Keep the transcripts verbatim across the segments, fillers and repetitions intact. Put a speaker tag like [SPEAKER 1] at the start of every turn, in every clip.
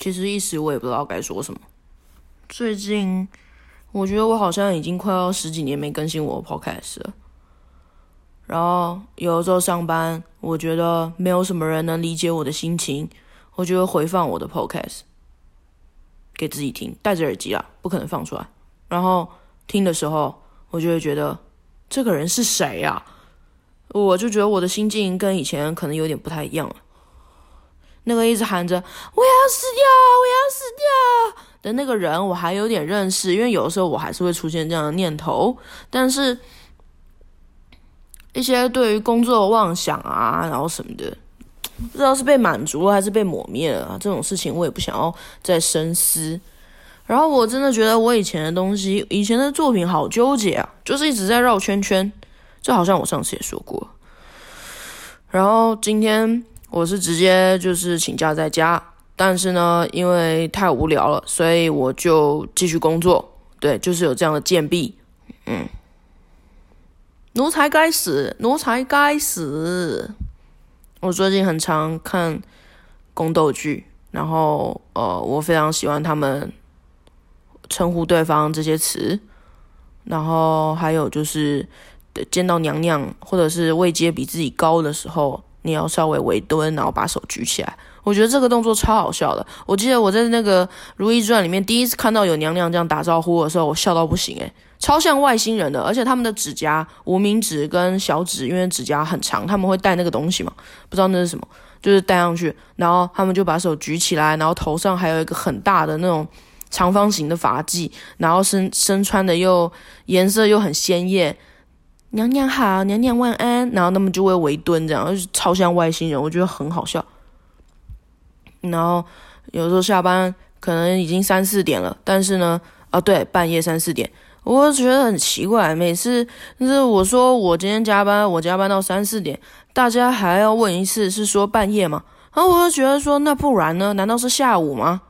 [SPEAKER 1] 其实一时我也不知道该说什么。最近我觉得我好像已经快要十几年没更新我的 podcast 了。然后有的时候上班，我觉得没有什么人能理解我的心情，我就会回放我的 podcast 给自己听，戴着耳机啦，不可能放出来。然后听的时候，我就会觉得这个人是谁啊？我就觉得我的心境跟以前可能有点不太一样了。那个一直喊着我要死掉我要死掉的那个人我还有点认识，因为有的时候我还是会出现这样的念头，但是一些对于工作的妄想啊然后什么的，不知道是被满足了还是被抹灭了啊，这种事情我也不想要再深思。然后我真的觉得我以前的东西以前的作品好纠结啊，就是一直在绕圈圈，这好像我上次也说过。然后今天我是直接就是请假在家，但是呢因为太无聊了，所以我就继续工作。对，就是有这样的贱婢。嗯，奴才该死，奴才该死。我最近很常看宫斗剧，然后呃，我非常喜欢他们称呼对方这些词，然后还有就是见到娘娘或者是位阶比自己高的时候，你要稍微微蹲，然后把手举起来。我觉得这个动作超好笑的。我记得我在那个《如懿传》里面第一次看到有娘娘这样打招呼的时候，我笑到不行诶、欸，超像外星人的。而且他们的指甲，无名指跟小指，因为指甲很长，他们会戴那个东西嘛，不知道那是什么，就是戴上去，然后他们就把手举起来，然后头上还有一个很大的那种长方形的发髻，然后身身穿的又颜色又很鲜艳。娘娘好，娘娘晚安，然后他们就会围蹲，这样就是超像外星人，我觉得很好笑。然后有时候下班可能已经三四点了，但是呢，啊对，半夜三四点，我觉得很奇怪，每次就是我说我今天加班，我加班到三四点，大家还要问一次是说半夜吗？然后我就觉得说，那不然呢？难道是下午吗？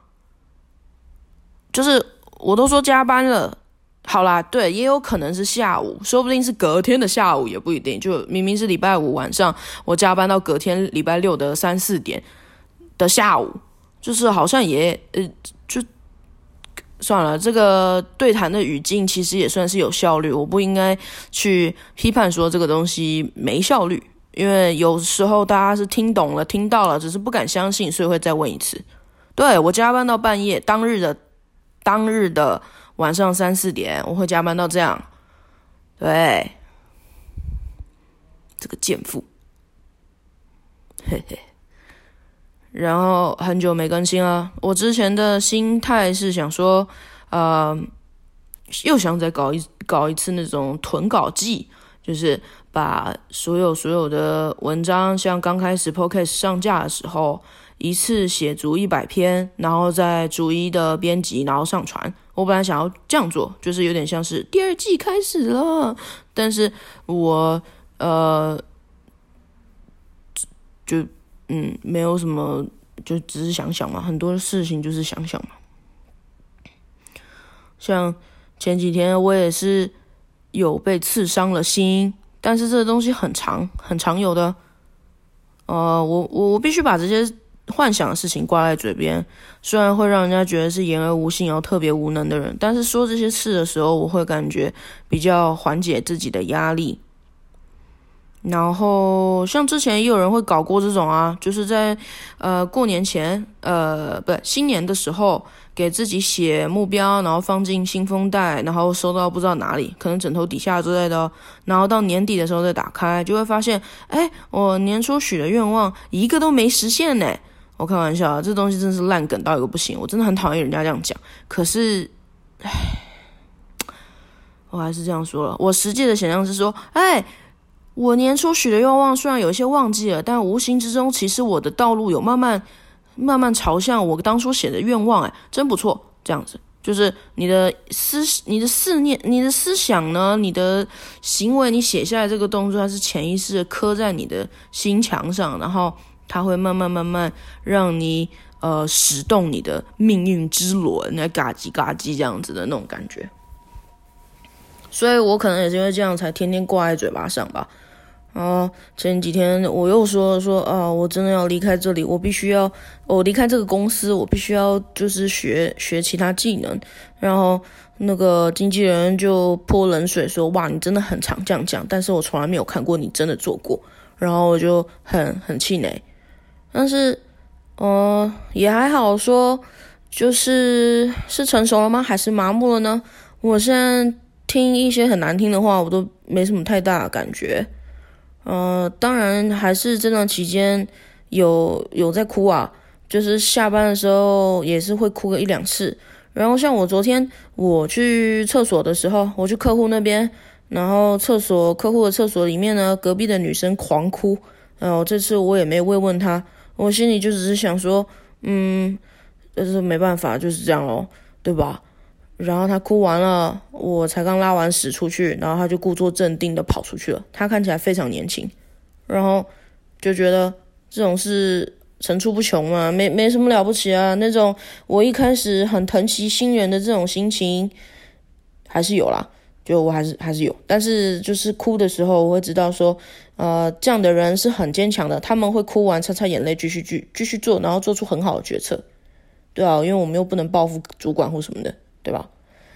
[SPEAKER 1] 就是我都说加班了。好啦，对，也有可能是下午，说不定是隔天的下午，也不一定。就明明是礼拜五晚上，我加班到隔天礼拜六的三四点的下午，就是好像也呃，就算了。这个对谈的语境其实也算是有效率，我不应该去批判说这个东西没效率，因为有时候大家是听懂了、听到了，只是不敢相信，所以会再问一次。对，我加班到半夜，当日的当日的。晚上三四点，我会加班到这样。对，这个贱妇，嘿嘿。然后很久没更新了，我之前的心态是想说，呃，又想再搞一搞一次那种囤稿季，就是把所有所有的文章，像刚开始 podcast 上架的时候，一次写足一百篇，然后再逐一的编辑，然后上传。我本来想要这样做，就是有点像是第二季开始了，但是我呃就嗯没有什么，就只是想想嘛，很多事情就是想想嘛。像前几天我也是有被刺伤了心，但是这个东西很长很常有的，呃，我我我必须把这些幻想的事情挂在嘴边，虽然会让人家觉得是言而无信然后特别无能的人，但是说这些事的时候，我会感觉比较缓解自己的压力。然后像之前也有人会搞过这种啊，就是在呃过年前呃不新年的时候给自己写目标，然后放进信封袋，然后收到不知道哪里，可能枕头底下之类的，然后到年底的时候再打开，就会发现哎，我年初许的愿望一个都没实现呢。我开玩笑啊，这东西真是烂梗到一个不行，我真的很讨厌人家这样讲。可是唉，我还是这样说了，我实际的想象是说，哎，我年初许的愿望虽然有一些忘记了，但无形之中其实我的道路有慢慢慢慢朝向我当初写的愿望，哎，真不错。这样子就是你的思你的思念你的思想呢，你的行为，你写下来这个动作，它是潜意识的刻在你的心墙上，然后它会慢慢慢慢让你呃使动你的命运之轮，那嘎叽嘎叽这样子的那种感觉。所以我可能也是因为这样才天天挂在嘴巴上吧。 啊，前几天我又说说啊，我真的要离开这里，我必须要，我离开这个公司，我必须要就是学学其他技能。然后那个经纪人就泼冷水说，哇，你真的很常这样讲，但是我从来没有看过你真的做过。然后我就很很气馁，但是呃也还好说，就是是成熟了吗？还是麻木了呢？我现在听一些很难听的话，我都没什么太大的感觉。呃，当然还是这段期间有有在哭啊，就是下班的时候也是会哭个一两次。然后像我昨天我去厕所的时候，我去客户那边，然后厕所客户的厕所里面呢，隔壁的女生狂哭，然后这次我也没慰问她，我心里就只是想说，嗯，就是没办法，就是这样咯，对吧？然后他哭完了，我才刚拉完屎出去，然后他就故作镇定的跑出去了。他看起来非常年轻，然后就觉得这种事层出不穷嘛，没没什么了不起啊。那种我一开始很疼惜新人的这种心情还是有啦，就我还是还是有，但是就是哭的时候，我会知道说，呃，这样的人是很坚强的，他们会哭完擦擦眼泪，继续继继续做，然后做出很好的决策。对啊，因为我们又不能报复主管或什么的。对吧？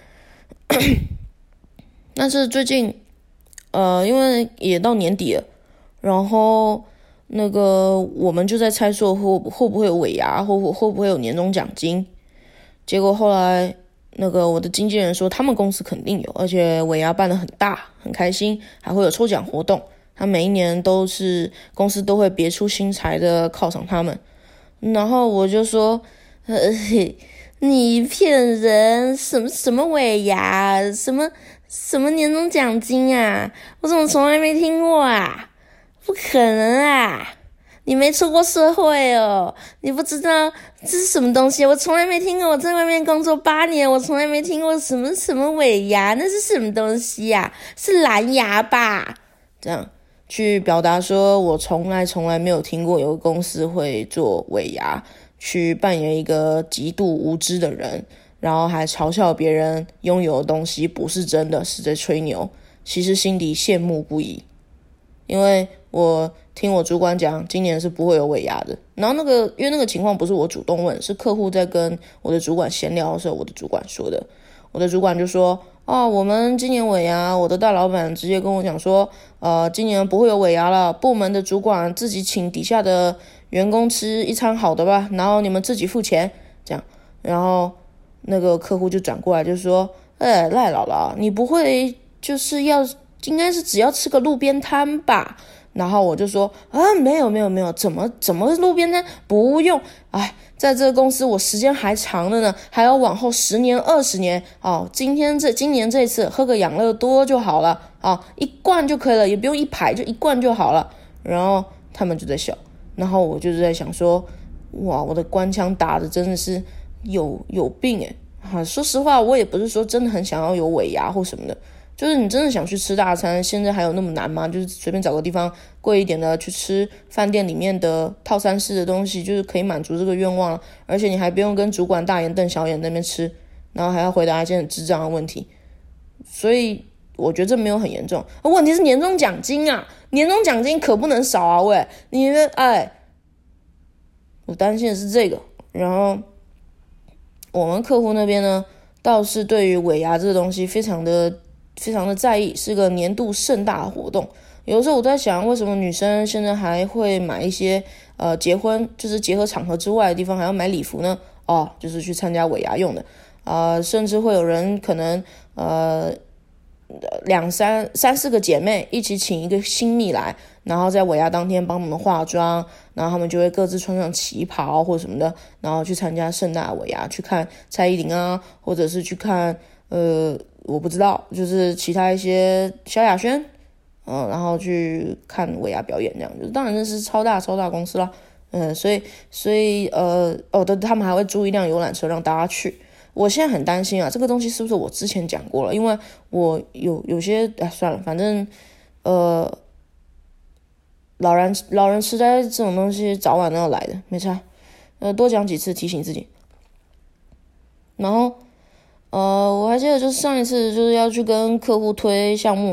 [SPEAKER 1] 但是最近，呃，因为也到年底了，然后那个我们就在猜说会会不会有尾牙，会会不会有年终奖金。结果后来那个我的经纪人说，他们公司肯定有，而且尾牙办得很大，很开心，还会有抽奖活动。他每一年都是公司都会别出心裁的犒赏他们。然后我就说，呃。你骗人！什么什么尾牙，什么什么年终奖金啊？我怎么从来没听过啊？不可能啊！你没出过社会哦，你不知道这是什么东西。我从来没听过，我在外面工作八年，我从来没听过什么什么尾牙，那是什么东西呀、啊？是蓝牙吧？这样去表达说，我从来从来没有听过有个公司会做尾牙。去扮演一个极度无知的人，然后还嘲笑别人拥有的东西不是真的，是在吹牛。其实心底羡慕不已，因为我听我主管讲，今年是不会有尾牙的。然后那个，因为那个情况不是我主动问，是客户在跟我的主管闲聊的时候，我的主管说的。我的主管就说：“哦，我们今年尾牙，我的大老板直接跟我讲说，呃，今年不会有尾牙了，部门的主管自己请底下的。”员工吃一餐好的吧，然后你们自己付钱，这样，然后那个客户就转过来就说：“哎，赖姥姥，你不会就是要应该是只要吃个路边摊吧？”然后我就说：“啊，没有没有没有，怎么怎么路边摊不用？哎，在这个公司我时间还长了呢，还要往后十年二十年哦。今天这今年这次喝个养乐多就好了啊、哦，一罐就可以了，也不用一排，就一罐就好了。”然后他们就在笑。然后我就是在想说，哇，我的官腔打的真的是有有病诶、啊、说实话，我也不是说真的很想要有尾牙或什么的，就是你真的想去吃大餐，现在还有那么难吗？就是随便找个地方贵一点的去吃饭店里面的套餐式的东西，就是可以满足这个愿望了，而且你还不用跟主管大眼瞪小眼在那边吃，然后还要回答一些很智障的问题，所以我觉得这没有很严重。问题是年终奖金啊，年终奖金可不能少啊！喂，你们哎，我担心的是这个。然后我们客户那边呢，倒是对于尾牙这个东西非常的非常的在意，是个年度盛大的活动。有的时候我在想，为什么女生现在还会买一些呃结婚就是结合场合之外的地方还要买礼服呢？哦，就是去参加尾牙用的啊、呃，甚至会有人可能呃。两三三四个姐妹一起请一个新秘来，然后在尾牙当天帮他们化妆，然后他们就会各自穿上旗袍或什么的，然后去参加盛大的尾牙，去看蔡依林啊，或者是去看呃我不知道，就是其他一些萧亚轩，嗯，然后去看尾牙表演这样，就是当然这是超大超大公司啦，嗯，所以所以呃哦的他们还会租一辆游览车让大家去。我现在很担心啊，这个东西是不是我之前讲过了？因为我有有些啊，算了，反正呃，老人老人痴呆这种东西早晚都要来的，没差。呃，多讲几次提醒自己。然后呃，我还记得就是上一次就是要去跟客户推项目嘛，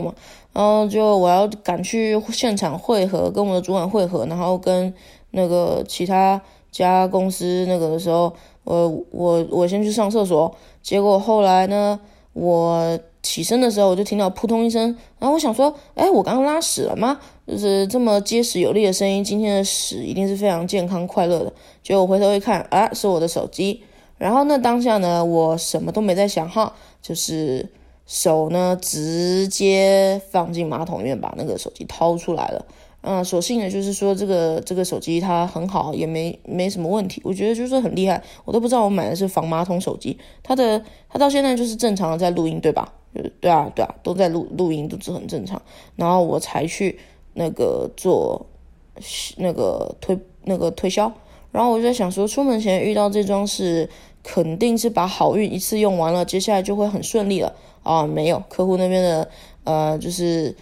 [SPEAKER 1] 然后就我要赶去现场会合，跟我的主管会合，然后跟那个其他家公司那个的时候，我我我先去上厕所，结果后来呢，我起身的时候我就听到扑通一声，然后我想说，哎，我刚刚拉屎了吗？就是这么结实有力的声音，今天的屎一定是非常健康快乐的。结果我回头一看，啊，是我的手机。然后那当下呢，我什么都没在想哈，就是手呢直接放进马桶里面，把那个手机掏出来了。嗯，所幸的就是说这个这个手机它很好，也没没什么问题，我觉得就是很厉害。我都不知道我买的是防马桶手机，它的它到现在就是正常的在录音，对吧？对啊对啊，都在录录音，都是很正常。然后我才去那个做那个推那个推销，然后我就在想说，出门前遇到这桩事，肯定是把好运一次用完了，接下来就会很顺利了啊。没有，客户那边的呃就是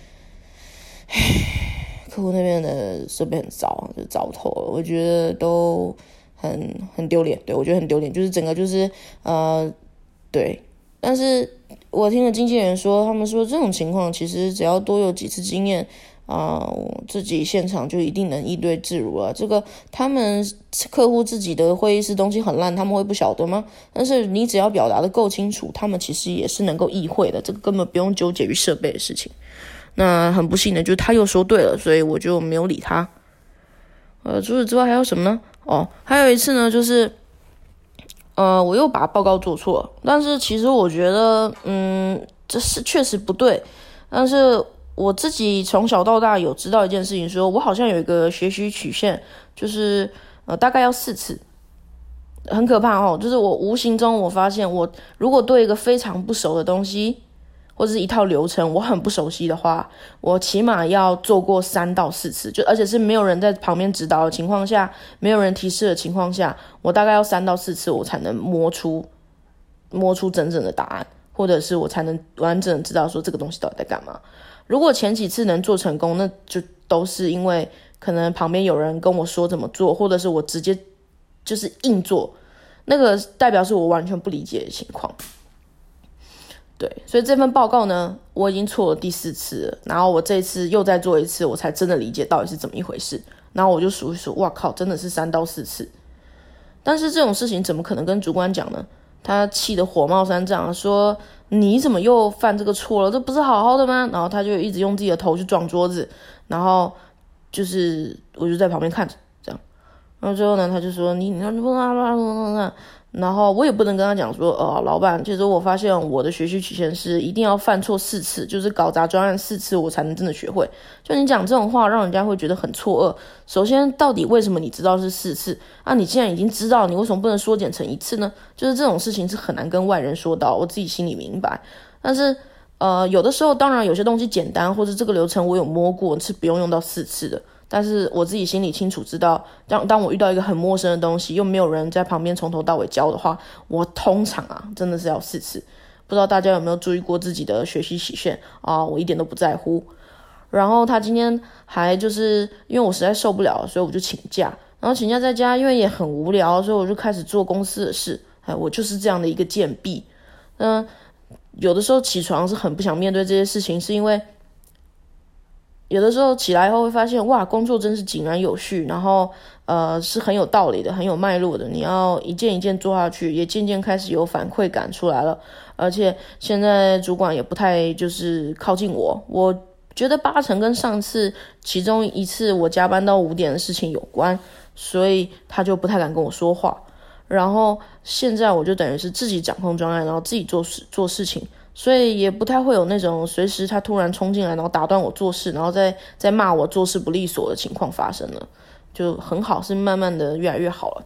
[SPEAKER 1] 客户那边的设备很糟，就糟透了，我觉得都很很丢脸。对，我觉得很丢脸，就是整个就是呃对，但是我听了经纪人说，他们说这种情况其实只要多有几次经验啊、呃，我自己现场就一定能应对自如了。这个他们客户自己的会议室东西很烂，他们会不晓得吗？但是你只要表达的够清楚，他们其实也是能够意会的，这个根本不用纠结于设备的事情。那很不幸的就是他又说对了，所以我就没有理他。呃，除此之外还有什么呢？哦，还有一次呢，就是呃，我又把报告做错了，但是其实我觉得，嗯，这是确实不对。但是我自己从小到大有知道一件事情说，说我好像有一个学习曲线，就是呃，大概要四次，很可怕哦。就是我无形中我发现，我如果对一个非常不熟的东西，或者是一套流程我很不熟悉的话，我起码要做过三到四次，就而且是没有人在旁边指导的情况下，没有人提示的情况下，我大概要三到四次我才能摸出摸出真正的答案，或者是我才能完整的知道说这个东西到底在干嘛。如果前几次能做成功，那就都是因为可能旁边有人跟我说怎么做，或者是我直接就是硬做，那个代表是我完全不理解的情况。对，所以这份报告呢，我已经错了第四次了，然后我这次又再做一次，我才真的理解到底是怎么一回事。然后我就数一数，哇靠，真的是三到四次。但是这种事情怎么可能跟主管讲呢？他气得火冒三丈，说你怎么又犯这个错了？这不是好好的吗？然后他就一直用自己的头去撞桌子，然后就是我就在旁边看着，这样。然后最后呢，他就说你你不啦啦啦啦啦。然后我也不能跟他讲说，呃，老板，其实我发现我的学习曲线是一定要犯错四次，就是搞砸专案四次，我才能真的学会。就你讲这种话，让人家会觉得很错愕。首先，到底为什么你知道是四次啊？你既然已经知道，你为什么不能缩减成一次呢？就是这种事情是很难跟外人说到，我自己心里明白。但是，呃，有的时候当然有些东西简单，或者这个流程我有摸过，是不用用到四次的。但是我自己心里清楚知道，当当我遇到一个很陌生的东西，又没有人在旁边从头到尾教的话，我通常啊真的是要四次。不知道大家有没有注意过自己的学习曲线啊？我一点都不在乎。然后他今天还就是因为我实在受不了，所以我就请假。然后请假在家，因为也很无聊，所以我就开始做公司的事。哎，我就是这样的一个贱婢。嗯，有的时候起床是很不想面对这些事情，是因为有的时候起来后会发现，哇，工作真是井然有序，然后呃是很有道理的，很有脉络的。你要一件一件做下去，也渐渐开始有反馈感出来了。而且现在主管也不太就是靠近我，我觉得八成跟上次其中一次我加班到五点的事情有关，所以他就不太敢跟我说话。然后现在我就等于是自己掌控专案，然后自己做事做事情。所以也不太会有那种随时他突然冲进来，然后打断我做事，然后再再骂我做事不利索的情况发生了，就很好，是慢慢的越来越好了。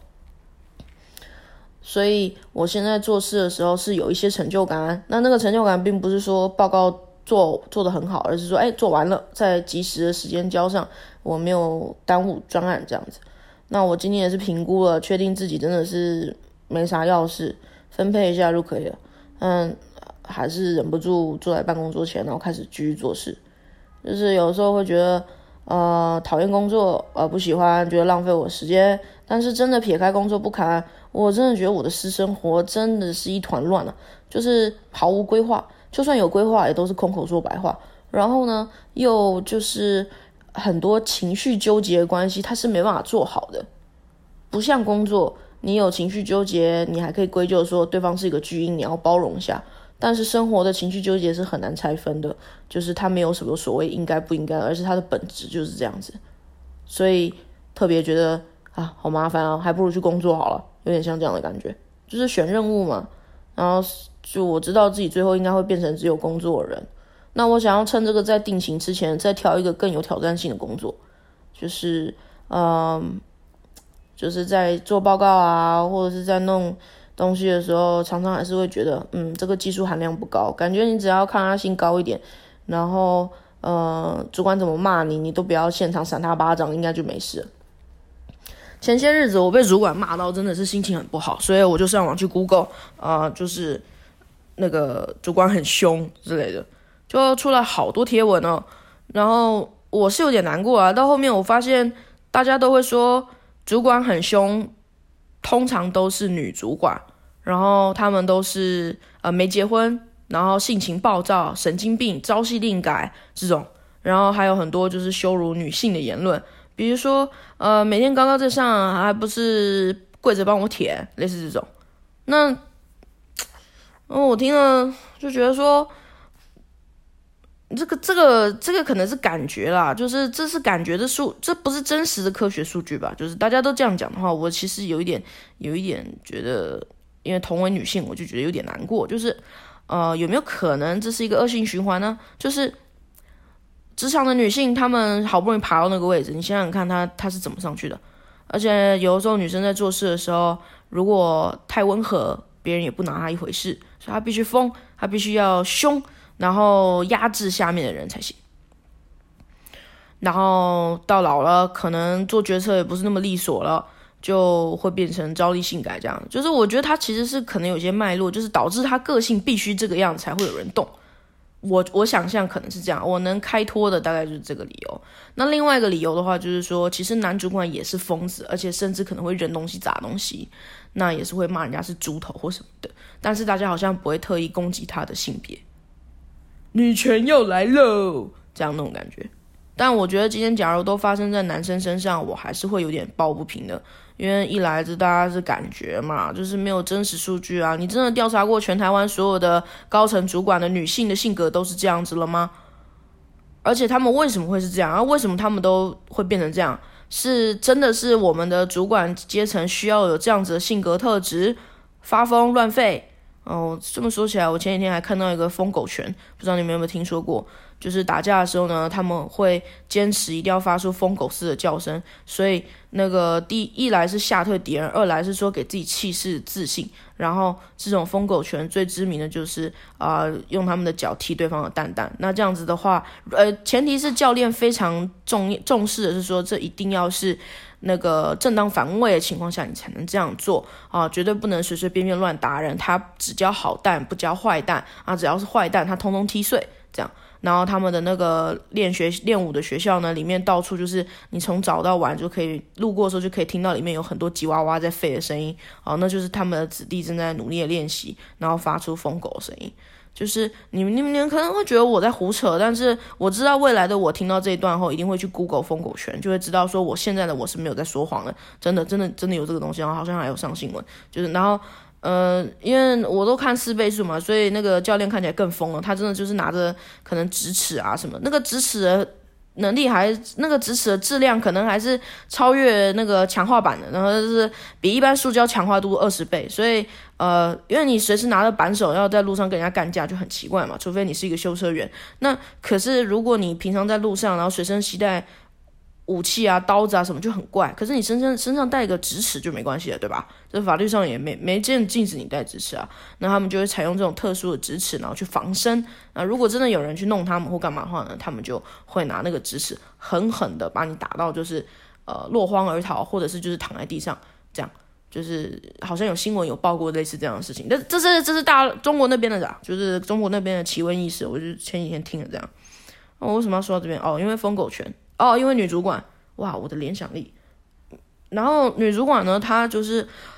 [SPEAKER 1] 所以我现在做事的时候是有一些成就感，那那个成就感并不是说报告做做得很好，而是说哎做完了，在及时的时间交上，我没有耽误专案这样子。那我今天也是评估了，确定自己真的是没啥要事，分配一下就可以了。嗯。还是忍不住坐在办公桌前，然后开始继续做事。就是有时候会觉得，呃，讨厌工作，呃，不喜欢，觉得浪费我时间。但是真的撇开工作不谈，我真的觉得我的私生活真的是一团乱了，就是毫无规划。就算有规划，也都是空口说白话。 然后呢，又就是很多情绪纠结的关系，他是没办法做好的。不像工作，你有情绪纠结，你还可以归咎说对方是一个巨婴，你要包容一下。但是生活的情绪纠结是很难拆分的，就是它没有什么所谓应该不应该，而是它的本质就是这样子。所以特别觉得啊，好麻烦啊，还不如去工作好了，有点像这样的感觉，就是选任务嘛。然后就我知道自己最后应该会变成只有工作的人，那我想要趁这个在定型之前，再挑一个更有挑战性的工作，就是嗯。就是在做报告啊，或者是在弄东西的时候，常常还是会觉得，嗯，这个技术含量不高。感觉你只要抗压性高一点，然后，呃，主管怎么骂你，你都不要现场扇他巴掌，应该就没事了。前些日子我被主管骂到，真的是心情很不好，所以我就上网去 Google， 啊、呃，就是那个主管很凶之类的，就出来好多贴文哦。然后我是有点难过啊，到后面我发现大家都会说。主管很凶，通常都是女主管，然后他们都是呃没结婚，然后性情暴躁、神经病、朝夕令改这种，然后还有很多就是羞辱女性的言论，比如说呃每天高高在上，还不是跪着帮我舔，类似这种。那，嗯，我听了就觉得说。这个这个这个可能是感觉啦，就是这是感觉的数，这不是真实的科学数据吧？就是大家都这样讲的话，我其实有一点有一点觉得，因为同为女性，我就觉得有点难过。就是呃，有没有可能这是一个恶性循环呢？就是职场的女性，她们好不容易爬到那个位置，你想想看她，她她是怎么上去的？而且有的时候女生在做事的时候，如果太温和，别人也不拿她一回事，所以她必须疯，她必须要凶。然后压制下面的人才行，然后到老了，可能做决策也不是那么利索了，就会变成朝令性改这样。就是我觉得他其实是可能有些脉络，就是导致他个性必须这个样子才会有人动。我我想象可能是这样，我能开脱的大概就是这个理由。那另外一个理由的话，就是说其实男主管也是疯子，而且甚至可能会扔东西、砸东西，那也是会骂人家是猪头或什么的。但是大家好像不会特意攻击他的性别。女权又来喽，这样那种感觉。但我觉得今天假如都发生在男生身上，我还是会有点抱不平的，因为一来是大家是感觉嘛，就是没有真实数据啊。你真的调查过全台湾所有的高层主管的女性的性格都是这样子了吗？而且他们为什么会是这样啊？为什么他们都会变成这样？是真的是我们的主管阶层需要有这样子的性格特质，发疯乱吠？哦，这么说起来，我前几天还看到一个疯狗拳，不知道你们有没有听说过？就是打架的时候呢，他们会坚持一定要发出疯狗似的叫声，所以那个第一来是吓退敌人，二来是说给自己气势自信。然后这种疯狗拳最知名的就是啊、呃，用他们的脚踢对方的蛋蛋。那这样子的话，呃，前提是教练非常重重视的是说，这一定要是。那个正当防卫的情况下，你才能这样做啊！绝对不能随随便便乱打人。他只教好蛋，不教坏蛋啊！只要是坏蛋，他通通踢碎。这样，然后他们的那个练学练武的学校呢，里面到处就是你从早到晚就可以路过的时候就可以听到里面有很多吉娃娃在吠的声音啊，那就是他们的子弟正在努力的练习，然后发出疯狗的声音。就是你们你们可能会觉得我在胡扯，但是我知道未来的我听到这一段后一定会去 Google 疯狗拳，就会知道说我现在的我是没有在说谎的，真的真的真的有这个东西，然后好像还有上新闻，就是然后呃，因为我都看四倍速嘛，所以那个教练看起来更疯了，他真的就是拿着可能直尺啊什么，那个直尺的能力还那个直尺的质量可能还是超越那个强化版的，然后就是比一般塑胶强化度二十倍，所以呃，因为你随时拿着扳手要在路上跟人家干架就很奇怪嘛，除非你是一个修车员。那可是如果你平常在路上，然后随身携带武器啊、刀子啊什么就很怪，可是你身上身上带一个直尺就没关系了，对吧？这法律上也没没见禁止你带直尺啊。那他们就会采用这种特殊的直尺，然后去防身。那如果真的有人去弄他们或干嘛的话呢，他们就会拿那个直尺狠狠的把你打到就是呃落荒而逃，或者是就是躺在地上这样。就是好像有新闻有报过类似这样的事情，但这是这是大中国那边的啦，就是中国那边的奇闻异事，我就前几天听了这样。哦，我为什么要说到这边？哦，因为疯狗拳。哦，因为女主管，哇，我的联想力。然后女主管呢，她就是，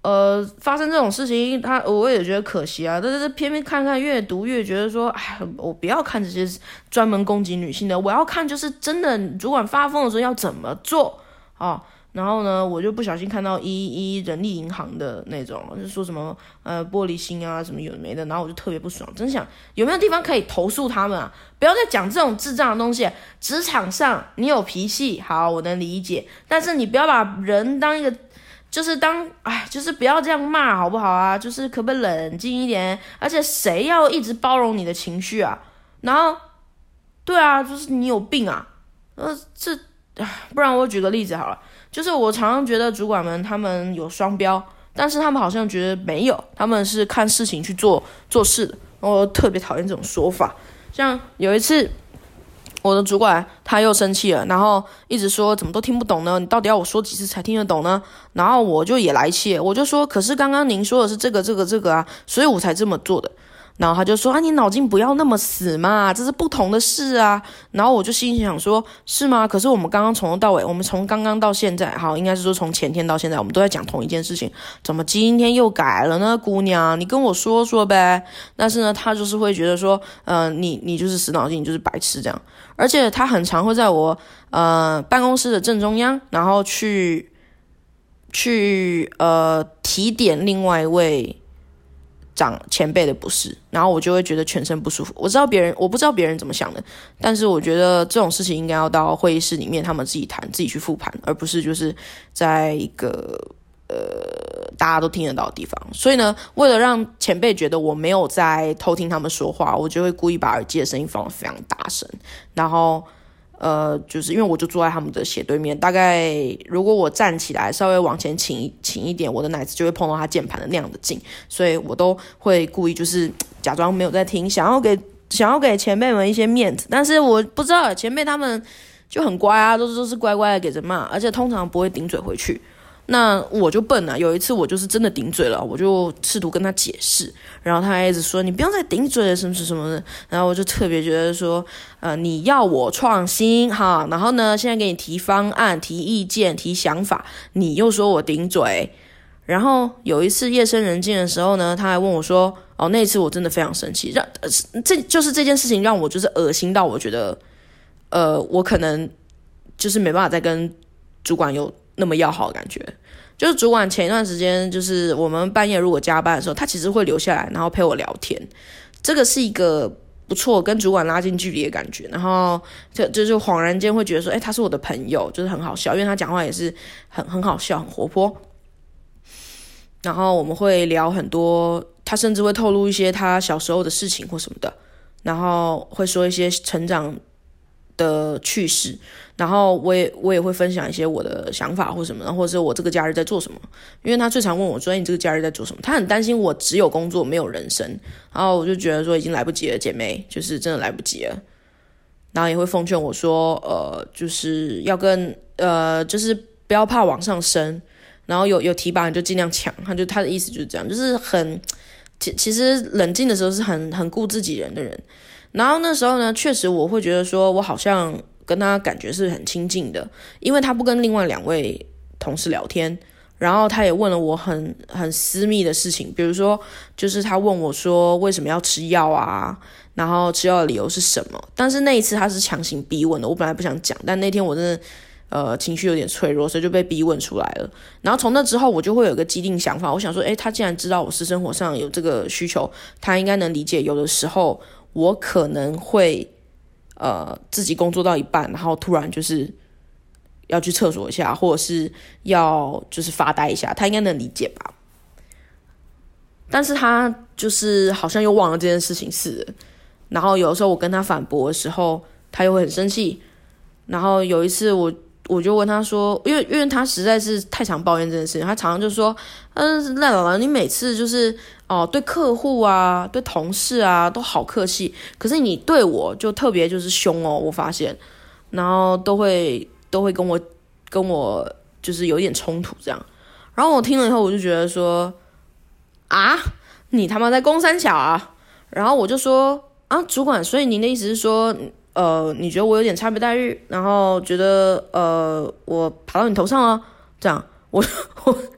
[SPEAKER 1] 呃，发生这种事情，他我也觉得可惜啊。但是偏偏看看越读越觉得说，哎，我不要看这些专门攻击女性的，我要看就是真的主管发疯的时候要怎么做啊。然后呢，我就不小心看到一一人力银行的那种，就说什么呃玻璃心啊什么有的没的，然后我就特别不爽，真想有没有地方可以投诉他们啊？不要再讲这种智障的东西。职场上你有脾气，好，我能理解，但是你不要把人当一个。就是当哎，就是不要这样骂好不好啊？就是可不可以冷静一点？而且谁要一直包容你的情绪啊？然后，对啊，就是你有病啊！呃，这，不然我举个例子好了，就是我常常觉得主管们他们有双标，但是他们好像觉得没有，他们是看事情去做做事的。我特别讨厌这种说法。像有一次。我的主管他又生气了，然后一直说怎么都听不懂呢？你到底要我说几次才听得懂呢？然后我就也来气了，我就说，可是刚刚您说的是这个这个这个啊，所以我才这么做的。然后他就说啊，你脑筋不要那么死嘛，这是不同的事啊。然后我就心里想说，是吗？可是我们刚刚从头到尾，我们从刚刚到现在，好，应该是说从前天到现在，我们都在讲同一件事情，怎么今天又改了呢？姑娘，你跟我说说呗。但是呢，他就是会觉得说，呃，你你就是死脑筋，你就是白痴这样。而且他很常会在我呃办公室的正中央，然后去去呃提点另外一位。长前辈的不是，然后我就会觉得全身不舒服。我知道别人，我不知道别人怎么想的，但是我觉得这种事情应该要到会议室里面他们自己谈，自己去复盘，而不是就是在一个呃大家都听得到的地方。所以呢，为了让前辈觉得我没有在偷听他们说话，我就会故意把耳机的声音放得非常大声，然后。呃，就是因为我就坐在他们的斜对面，大概如果我站起来稍微往前倾倾一点，我的奶子就会碰到他键盘的那样的近，所以我都会故意就是假装没有在听，想要给想要给前辈们一些面子，但是我不知道前辈他们就很乖啊，都是都是乖乖的给着骂，而且通常不会顶嘴回去。那我就笨了，有一次我就是真的顶嘴了，我就试图跟他解释，然后他还一直说你不用再顶嘴了什么什么的，然后我就特别觉得说，呃，你要我创新哈，然后呢，现在给你提方案、提意见、提想法，你又说我顶嘴，然后有一次夜深人静的时候呢，他还问我说，哦，那一次我真的非常生气，让、呃、这就是这件事情让我就是恶心到我觉得，呃，我可能就是没办法再跟主管有。那么要好的感觉，就是主管前一段时间，就是我们半夜如果加班的时候，他其实会留下来，然后陪我聊天，这个是一个不错跟主管拉近距离的感觉，然后就就是恍然间会觉得说，哎，他是我的朋友，就是很好笑，因为他讲话也是很很好笑，很活泼，然后我们会聊很多，他甚至会透露一些他小时候的事情或什么的，然后会说一些成长的趣事，然后我也我也会分享一些我的想法或什么，或者是我这个假日在做什么。因为他最常问我说：“你这个假日在做什么？”他很担心我只有工作没有人生，然后我就觉得说已经来不及了，姐妹，就是真的来不及了。然后也会奉劝我说：“呃，就是要跟呃，就是不要怕往上升，然后有有提拔你就尽量抢。”他就他的意思就是这样，就是很其其实冷静的时候是很很顾自己人的人。然后那时候呢，确实我会觉得说，我好像跟他感觉是很亲近的，因为他不跟另外两位同事聊天，然后他也问了我很很私密的事情，比如说，就是他问我说为什么要吃药啊，然后吃药的理由是什么？但是那一次他是强行逼问的，我本来不想讲，但那天我真的呃情绪有点脆弱，所以就被逼问出来了。然后从那之后，我就会有一个既定想法，我想说，诶，他既然知道我私生活上有这个需求，他应该能理解，有的时候。我可能会呃自己工作到一半，然后突然就是要去厕所一下，或者是要就是发呆一下，他应该能理解吧。但是他就是好像又忘了这件事情似的，然后有的时候我跟他反驳的时候，他又会很生气。然后有一次我我就问他说，因为因为他实在是太常抱怨这件事情，他常常就说，嗯，赖老板，你每次就是哦对客户啊，对同事啊都好客气，可是你对我就特别就是凶哦，我发现，然后都会都会跟我跟我就是有一点冲突这样。然后我听了以后，我就觉得说，啊，你他妈在攻三小啊！然后我就说，啊，主管，所以您的意思是说。呃，你觉得我有点差别待遇，然后觉得呃，我爬到你头上了，这样，我我，因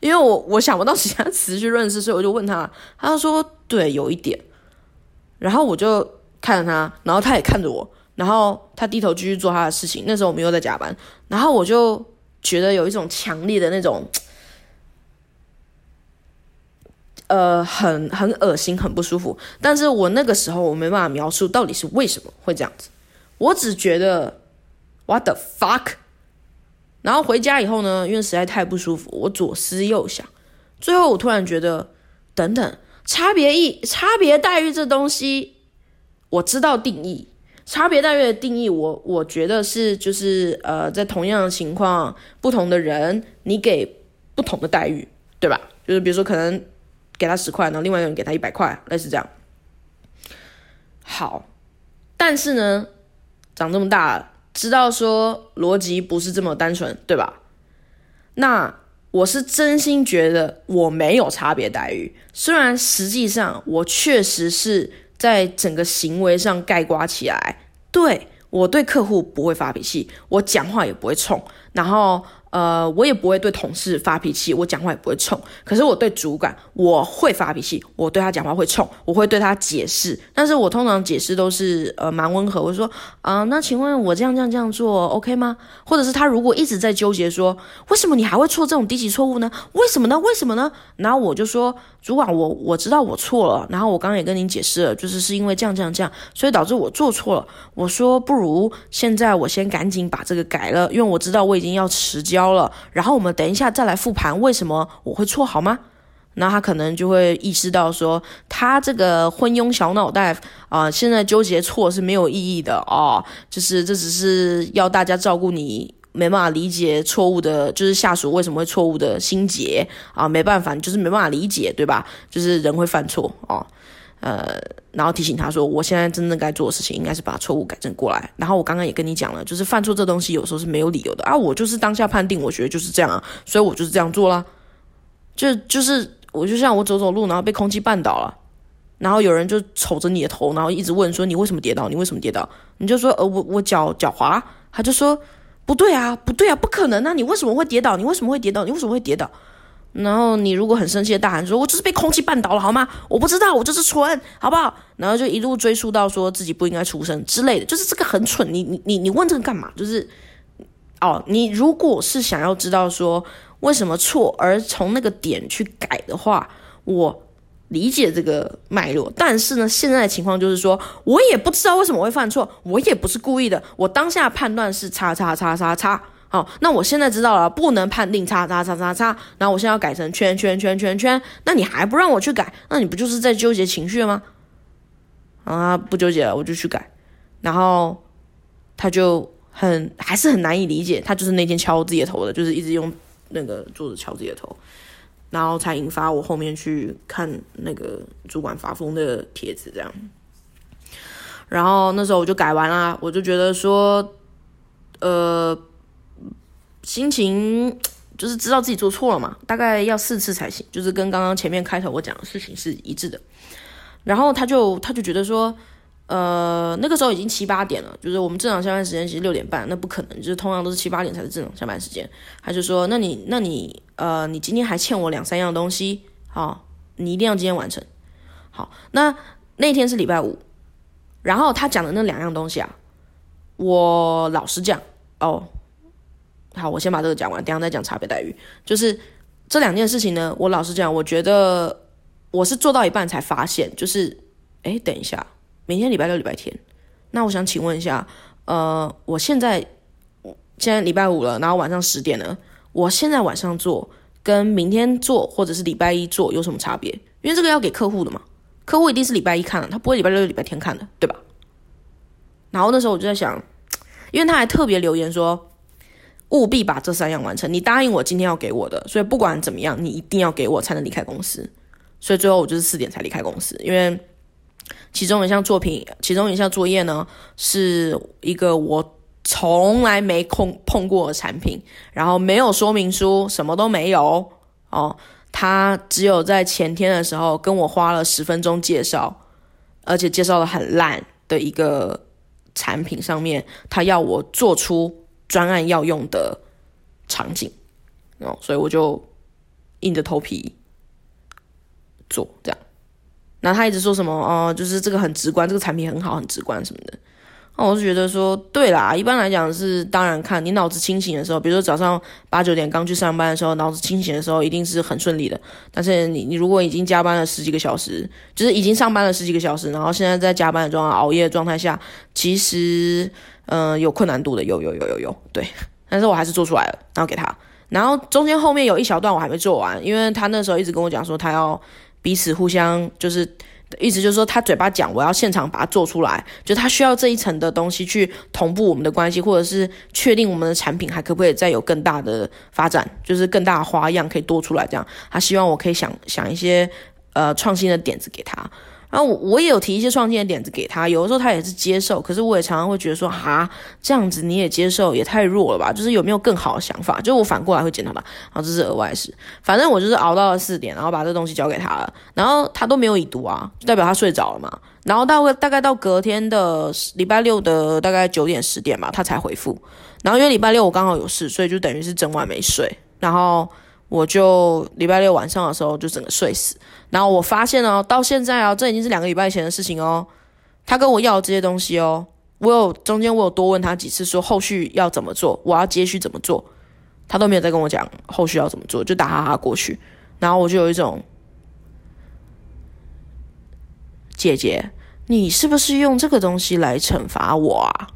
[SPEAKER 1] 因为我我想不到其他词去认识，所以我就问他，他就说对，有一点。然后我就看着他，然后他也看着我，然后他低头继续做他的事情。那时候我们又在加班，然后我就觉得有一种强烈的那种，呃，很很恶心，很不舒服。但是我那个时候我没办法描述到底是为什么会这样子，我只觉得 what the fuck。然后回家以后呢，因为实在太不舒服，我左思右想，最后我突然觉得，等等，差别意差别待遇这东西，我知道定义。差别待遇的定义我，我我觉得是就是呃，在同样的情况，不同的人，你给不同的待遇，对吧？就是比如说可能给他十块，然后另外一个人给他一百块，类似这样。好，但是呢，长这么大了，知道说逻辑不是这么单纯，对吧？那我是真心觉得我没有差别待遇，虽然实际上我确实是在整个行为上概括起来，对，我对客户不会发脾气，我讲话也不会冲，然后呃，我也不会对同事发脾气，我讲话也不会冲。可是我对主管我会发脾气，我对他讲话会冲，我会对他解释，但是我通常解释都是呃蛮温和，我说啊、呃，那请问我这样这样这样做 OK 吗？或者是他如果一直在纠结说为什么你还会错这种低级错误呢？为什么呢？为什么呢？然后我就说主管我我知道我错了，然后我刚刚也跟您解释了，就是是因为这样这样这样，所以导致我做错了。我说不如现在我先赶紧把这个改了，因为我知道我已经要迟交了，然后我们等一下再来复盘为什么我会错好吗？那他可能就会意识到说他这个昏庸小脑袋啊、呃，现在纠结错是没有意义的哦，就是这只是要大家照顾你没办法理解错误的，就是下属为什么会错误的心结啊，没办法，你就是没办法理解，对吧？就是人会犯错哦，呃，然后提醒他说，我现在真正该做的事情应该是把错误改正过来。然后我刚刚也跟你讲了，就是犯错这东西有时候是没有理由的啊，我就是当下判定，我觉得就是这样啊，所以我就是这样做啦。就就是我就像我走走路，然后被空气绊倒了，然后有人就瞅着你的头，然后一直问说你为什么跌倒？你为什么跌倒？你就说呃我我脚脚滑，他就说不对啊不对啊，不可能啊，你为什么会跌倒？你为什么会跌倒？你为什么会跌倒？然后你如果很生气的大喊说我就是被空气绊倒了好吗？我不知道，我就是蠢好不好？然后就一路追溯到说自己不应该出声之类的，就是这个很蠢，你你你你问这个干嘛？就是哦，你如果是想要知道说为什么错，而从那个点去改的话，我理解这个脉络。但是呢，现在的情况就是说，我也不知道为什么会犯错，我也不是故意的，我当下判断是叉叉叉叉叉。好，那我现在知道了，不能判定叉叉叉叉叉，然后我现在要改成圈圈圈圈圈，那你还不让我去改，那你不就是在纠结情绪吗？啊，不纠结了，我就去改。然后他就很还是很难以理解，他就是那天敲自己的头的，就是一直用那个桌子敲自己的头，然后才引发我后面去看那个主管发疯的帖子这样。然后那时候我就改完啦，我就觉得说呃心情就是知道自己做错了嘛，大概要四次才行，就是跟刚刚前面开头我讲的事情是一致的。然后他就他就觉得说呃，那个时候已经七八点了，就是我们正常下班时间其实六点半，那不可能，就是通常都是七八点才是正常下班时间。他就说，那你那你呃，你今天还欠我两三样东西，好，你一定要今天完成。好，那那天是礼拜五，然后他讲的那两样东西啊，我老实讲哦，好，我先把这个讲完，等一下再讲差别待遇。就是这两件事情呢，我老实讲，我觉得我是做到一半才发现，就是哎，等一下。明天礼拜六礼拜天，那我想请问一下，呃，我现在现在礼拜五了，然后晚上十点了，我现在晚上做跟明天做或者是礼拜一做有什么差别？因为这个要给客户的嘛，客户一定是礼拜一看的，他不会礼拜六礼拜天看的，对吧？然后那时候我就在想，因为他还特别留言说，务必把这三样完成，你答应我今天要给我的，所以不管怎么样，你一定要给我才能离开公司。所以最后我就是四点才离开公司，因为其中一项作品，其中一项作业呢，是一个我从来没碰碰过的产品，然后没有说明书，什么都没有哦。他只有在前天的时候跟我花了十分钟介绍，而且介绍的很烂的一个产品上面，他要我做出专案要用的场景哦，所以我就硬着头皮做这样。然后他一直说什么哦，就是这个很直观，这个产品很好，很直观什么的。那我就觉得说，对啦，一般来讲是当然看你脑子清醒的时候，比如说早上八九点刚去上班的时候，脑子清醒的时候一定是很顺利的。但是你你如果已经加班了十几个小时，就是已经上班了十几个小时，然后现在在加班的状态、熬夜的状态下，其实嗯、呃、有困难度的，有有有有有，对。但是我还是做出来了，然后给他。然后中间后面有一小段我还没做完，因为他那时候一直跟我讲说他要彼此互相就是。意思就是说，他嘴巴讲，我要现场把它做出来，就他需要这一层的东西去同步我们的关系，或者是确定我们的产品还可不可以再有更大的发展，就是更大的花样可以多出来。这样，他希望我可以想想一些呃创新的点子给他。然后我我也有提一些创新的点子给他，有的时候他也是接受，可是我也常常会觉得说，哈，这样子你也接受也太弱了吧？就是有没有更好的想法？就是我反过来会检讨他，然后这是额外事。反正我就是熬到了四点，然后把这东西交给他了，然后他都没有已读啊，就代表他睡着了嘛。然后到大概到隔天的礼拜六的大概九点十点吧，他才回复。然后因为礼拜六我刚好有事，所以就等于是整晚没睡，然后我就礼拜六晚上的时候就整个睡死。然后我发现哦，到现在哦，这已经是两个礼拜前的事情哦。他跟我要这些东西哦，我有中间我有多问他几次，说后续要怎么做，我要接续怎么做，他都没有再跟我讲后续要怎么做，就打哈哈过去。然后我就有一种，姐姐，你是不是用这个东西来惩罚我啊？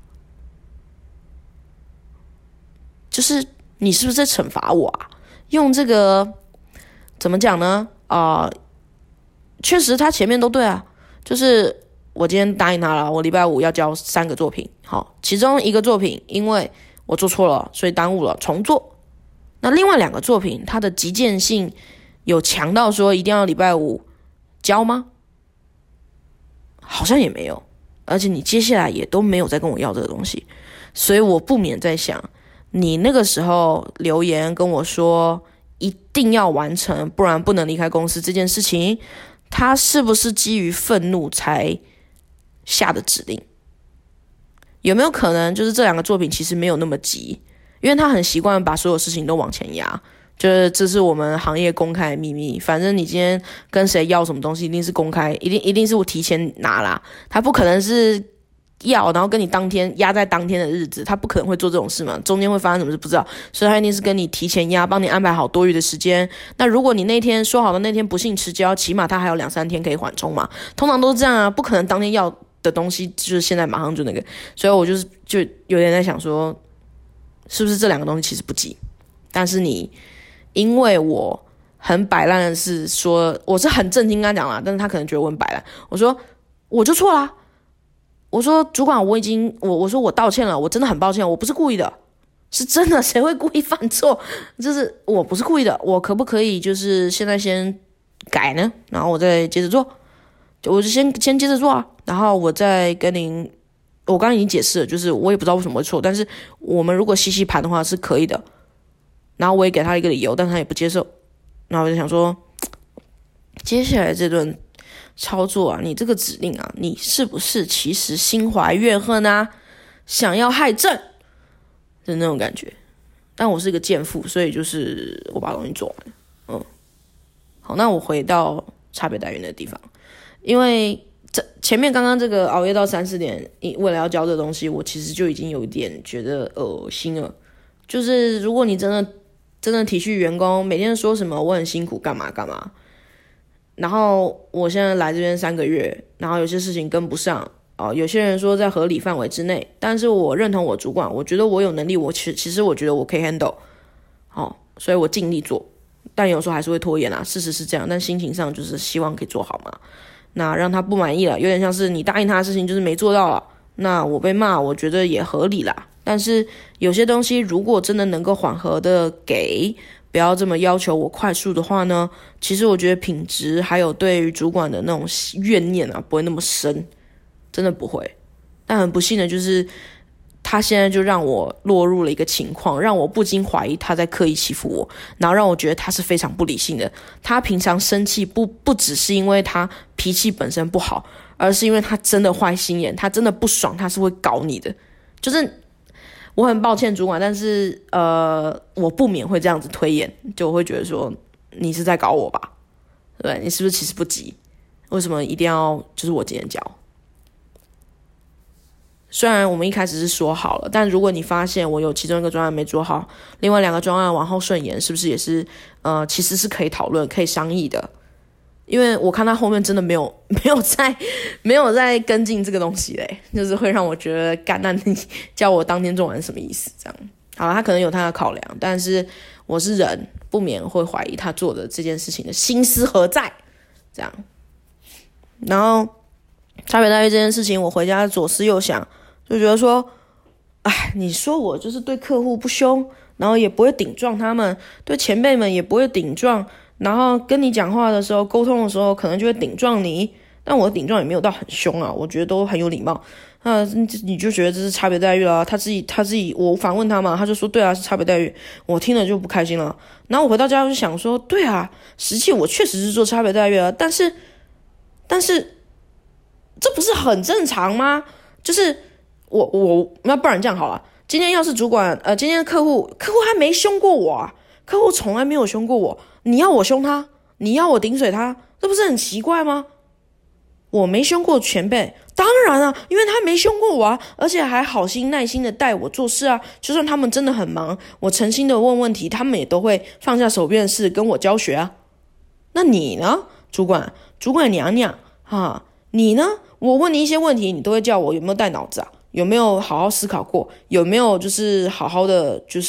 [SPEAKER 1] 就是你是不是在惩罚我啊？用这个怎么讲呢？啊、呃。确实他前面都对啊，就是我今天答应他了，我礼拜五要交三个作品，好，其中一个作品因为我做错了，所以耽误了重做。那另外两个作品它的急件性有强到说一定要礼拜五交吗？好像也没有，而且你接下来也都没有再跟我要这个东西，所以我不免在想，你那个时候留言跟我说一定要完成，不然不能离开公司这件事情，他是不是基于愤怒才下的指令？有没有可能就是这两个作品其实没有那么急，因为他很习惯把所有事情都往前压，就是这是我们行业公开的秘密，反正你今天跟谁要什么东西一定是公开，一定一定是我提前拿啦，他不可能是要然后跟你当天压在当天的日子，他不可能会做这种事嘛，中间会发生什么事不知道，所以他一定是跟你提前压，帮你安排好多余的时间。那如果你那天说好的那天不幸迟交，起码他还有两三天可以缓冲嘛，通常都是这样啊，不可能当天要的东西就是现在马上就那个，所以我就是就有点在想说，是不是这两个东西其实不急，但是你因为我很摆烂的是说，我是很正经跟他讲啦，但是他可能觉得我很摆烂，我说我就错啦。我说主管，我已经我我说我道歉了，我真的很抱歉，我不是故意的，是真的，谁会故意犯错？就是我不是故意的，我可不可以就是现在先改呢？然后我再接着做，我就先先接着做啊，然后我再跟您，我刚刚已经解释了，就是我也不知道为什么会错，但是我们如果细细盘的话是可以的。然后我也给他一个理由，但他也不接受。然后我就想说，接下来这段操作啊，你这个指令啊，你是不是其实心怀怨恨啊，想要害朕的那种感觉？但我是一个贱妇，所以就是我把东西做完了。嗯，好，那我回到差别待遇的地方，因为这前面刚刚这个熬夜到三四点，为了要交这东西，我其实就已经有一点觉得恶心了。就是如果你真的真的体恤员工，每天说什么我很辛苦干嘛干嘛。然后我现在来这边三个月，然后有些事情跟不上哦，有些人说在合理范围之内，但是我认同我主管，我觉得我有能力，我其其实我觉得我可以 handle， 哦，所以我尽力做，但有时候还是会拖延啊，事实是这样，但心情上就是希望可以做好嘛。那让他不满意了，有点像是你答应他的事情就是没做到了，那我被骂，我觉得也合理啦。但是有些东西如果真的能够缓和的给，不要这么要求我快速的话呢，其实我觉得品质还有对于主管的那种怨念啊，不会那么深，真的不会。但很不幸的就是他现在就让我落入了一个情况，让我不禁怀疑他在刻意欺负我，然后让我觉得他是非常不理性的。他平常生气不不只是因为他脾气本身不好，而是因为他真的坏心眼，他真的不爽，他是会搞你的。就是我很抱歉主管，但是呃，我不免会这样子推演，就我会觉得说， 你是在搞我吧？对，你是不是其实不急？为什么一定要就是我今天交？虽然我们一开始是说好了，但如果你发现我有其中一个专案没做好，另外两个专案往后顺延，是不是也是呃其实是可以讨论、可以商议的？因为我看他后面真的没有没有在没有在跟进这个东西嘞，就是会让我觉得干，那你叫我当天做完什么意思？这样好了，他可能有他的考量，但是我是人，不免会怀疑他做的这件事情的心思何在。这样，然后差别待遇这件事情，我回家左思右想，就觉得说，哎，你说我就是对客户不凶，然后也不会顶撞他们，对前辈们也不会顶撞。然后跟你讲话的时候，沟通的时候，可能就会顶撞你，但我的顶撞也没有到很凶啊，我觉得都很有礼貌。那你就觉得这是差别待遇啦？他自己他自己，我反问他嘛，他就说对啊，是差别待遇。我听了就不开心了。然后我回到家就想说，对啊，实际我确实是做差别待遇啊，但是但是这不是很正常吗？就是我我那不然这样好了，今天要是主管呃，今天客户客户还没凶过我啊，客户从来没有凶过我。你要我凶他，你要我顶水他，这不是很奇怪吗？我没凶过前辈，当然啊，因为他没凶过我啊，而且还好心耐心的带我做事啊。就算他们真的很忙，我诚心的问问题，他们也都会放下手边的事跟我教学啊。那你呢，主管？主管娘娘啊，你呢？我问你一些问题，你都会叫我有没有带脑子啊？有没有好好思考过？有没有就是好好的就是？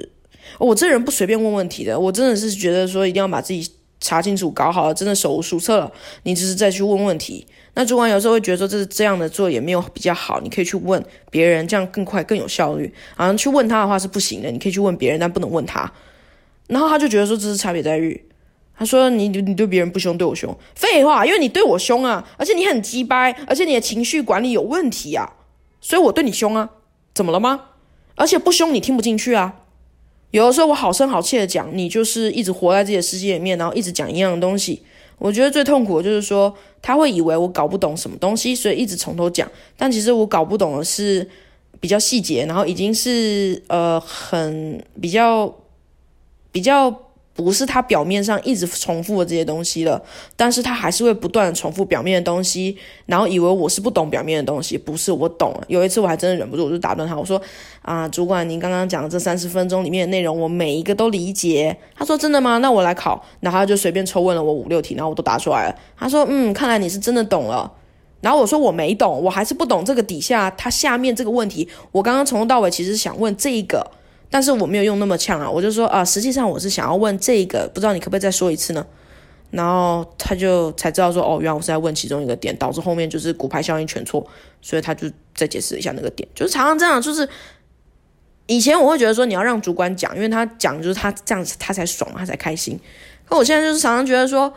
[SPEAKER 1] 我这人不随便问问题的，我真的是觉得说一定要把自己查清楚搞好了，真的手无术册了，你只是再去问问题。那主管有时候会觉得说这是这样的做也没有比较好，你可以去问别人，这样更快更有效率。好像去问他的话是不行的，你可以去问别人，但不能问他。然后他就觉得说这是差别待遇，他说你你对别人不凶，对我凶，废话，因为你对我凶啊，而且你很鸡掰，而且你的情绪管理有问题啊，所以我对你凶啊，怎么了吗？而且不凶你听不进去啊。有的时候我好声好气的讲，你就是一直活在自己的世界里面，然后一直讲一样的东西。我觉得最痛苦的就是说，他会以为我搞不懂什么东西，所以一直从头讲。但其实我搞不懂的是比较细节，然后已经是呃很比较比较不是他表面上一直重复的这些东西了，但是他还是会不断的重复表面的东西，然后以为我是不懂表面的东西，不是，我懂了。有一次我还真的忍不住，我就打断他，我说啊，主管，您刚刚讲的这三十分钟里面的内容，我每一个都理解。他说真的吗？那我来考。然后他就随便抽问了我五六题，然后我都答出来了。他说嗯，看来你是真的懂了。然后我说我没懂，我还是不懂这个底下他下面这个问题。我刚刚从头到尾其实想问这一个。但是我没有用那么呛啊，我就说啊、呃，实际上我是想要问这个，不知道你可不可以再说一次呢？然后他就才知道说，哦，原来我是在问其中一个点，导致后面就是骨牌效应全错，所以他就再解释一下那个点，就是常常这样，就是以前我会觉得说你要让主管讲，因为他讲就是他这样子他才爽，他才开心，可我现在就是常常觉得说，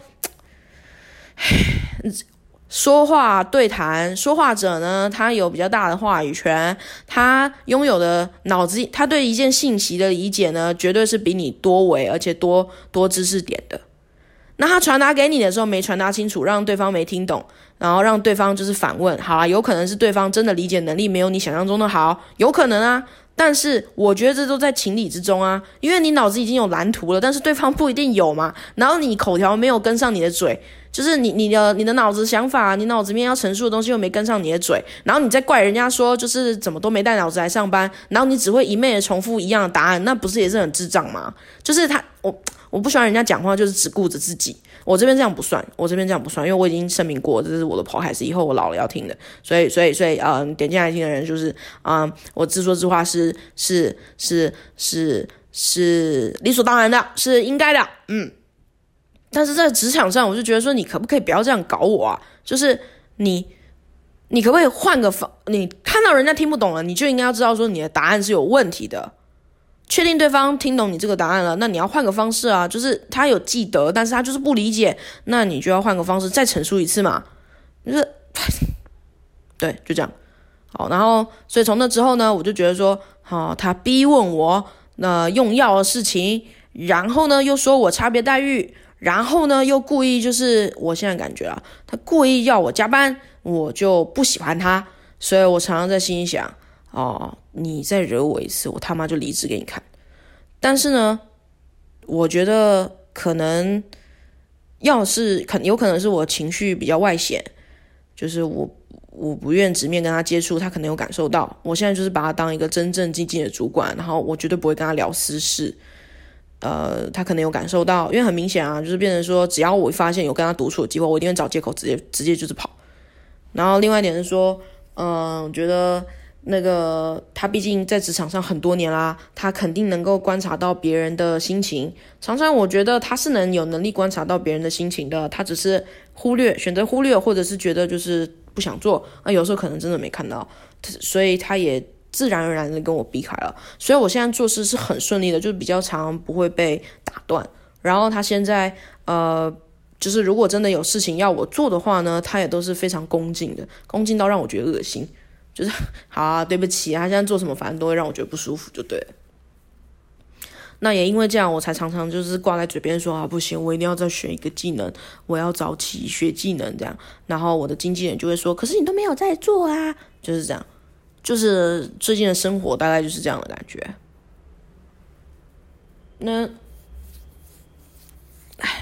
[SPEAKER 1] 说话对谈，说话者呢，他有比较大的话语权，他拥有的脑子，他对一件信息的理解呢，绝对是比你多维而且多多知识点的。那他传达给你的时候没传达清楚，让对方没听懂，然后让对方就是反问，好啊，有可能是对方真的理解能力没有你想象中的好，有可能啊。但是我觉得这都在情理之中啊，因为你脑子已经有蓝图了，但是对方不一定有嘛，然后你口条没有跟上你的嘴，就是你你的你的脑子想法，你脑子里面要陈述的东西又没跟上你的嘴，然后你再怪人家说就是怎么都没带脑子来上班，然后你只会一昧的重复一样的答案，那不是也是很智障吗？就是他我我不喜欢人家讲话就是只顾着自己，我这边这样不算，我这边这样不算，因为我已经声明过，这是我的 podcast， 以后我老了要听的，所以所以所以嗯、呃，点进来听的人就是嗯、呃，我自说自话是是是是是理所当然的，是应该的，嗯。但是在职场上，我就觉得说，你可不可以不要这样搞我啊？就是你，你可不可以换个方？你看到人家听不懂了，你就应该要知道说你的答案是有问题的。确定对方听懂你这个答案了，那你要换个方式啊。就是他有记得，但是他就是不理解，那你就要换个方式再陈述一次嘛。就是对，就这样。好，然后所以从那之后呢，我就觉得说，好、哦，他逼问我那、呃、用药的事情，然后呢又说我差别待遇。然后呢，又故意就是我现在感觉啊，他故意要我加班，我就不喜欢他，所以我常常在心里想，哦，你再惹我一次，我他妈就离职给你看。但是呢，我觉得可能要是可有可能是我情绪比较外显，就是我我不愿直面跟他接触，他可能有感受到。我现在就是把他当一个真正经济的主管，然后我绝对不会跟他聊私事。呃，他可能有感受到，因为很明显啊，就是变成说，只要我发现有跟他独处的机会，我一定会找借口直接直接就是跑。然后另外一点是说，嗯、呃，我觉得那个他毕竟在职场上很多年啦，他肯定能够观察到别人的心情。常常我觉得他是能有能力观察到别人的心情的，他只是忽略，选择忽略，或者是觉得就是不想做。那有时候可能真的没看到，所以他也自然而然的跟我避开了。所以我现在做事是很顺利的，就是比较常不会被打断。然后他现在呃。就是如果真的有事情要我做的话呢，他也都是非常恭敬的，恭敬到让我觉得恶心。就是好啊，对不起，他现在做什么反正都会让我觉得不舒服，就对了。那也因为这样，我才常常就是挂在嘴边说啊，不行，我一定要再学一个技能，我要早起学技能这样。然后我的经纪人就会说，可是你都没有在做啊，就是这样。就是最近的生活大概就是这样的感觉。那，唉。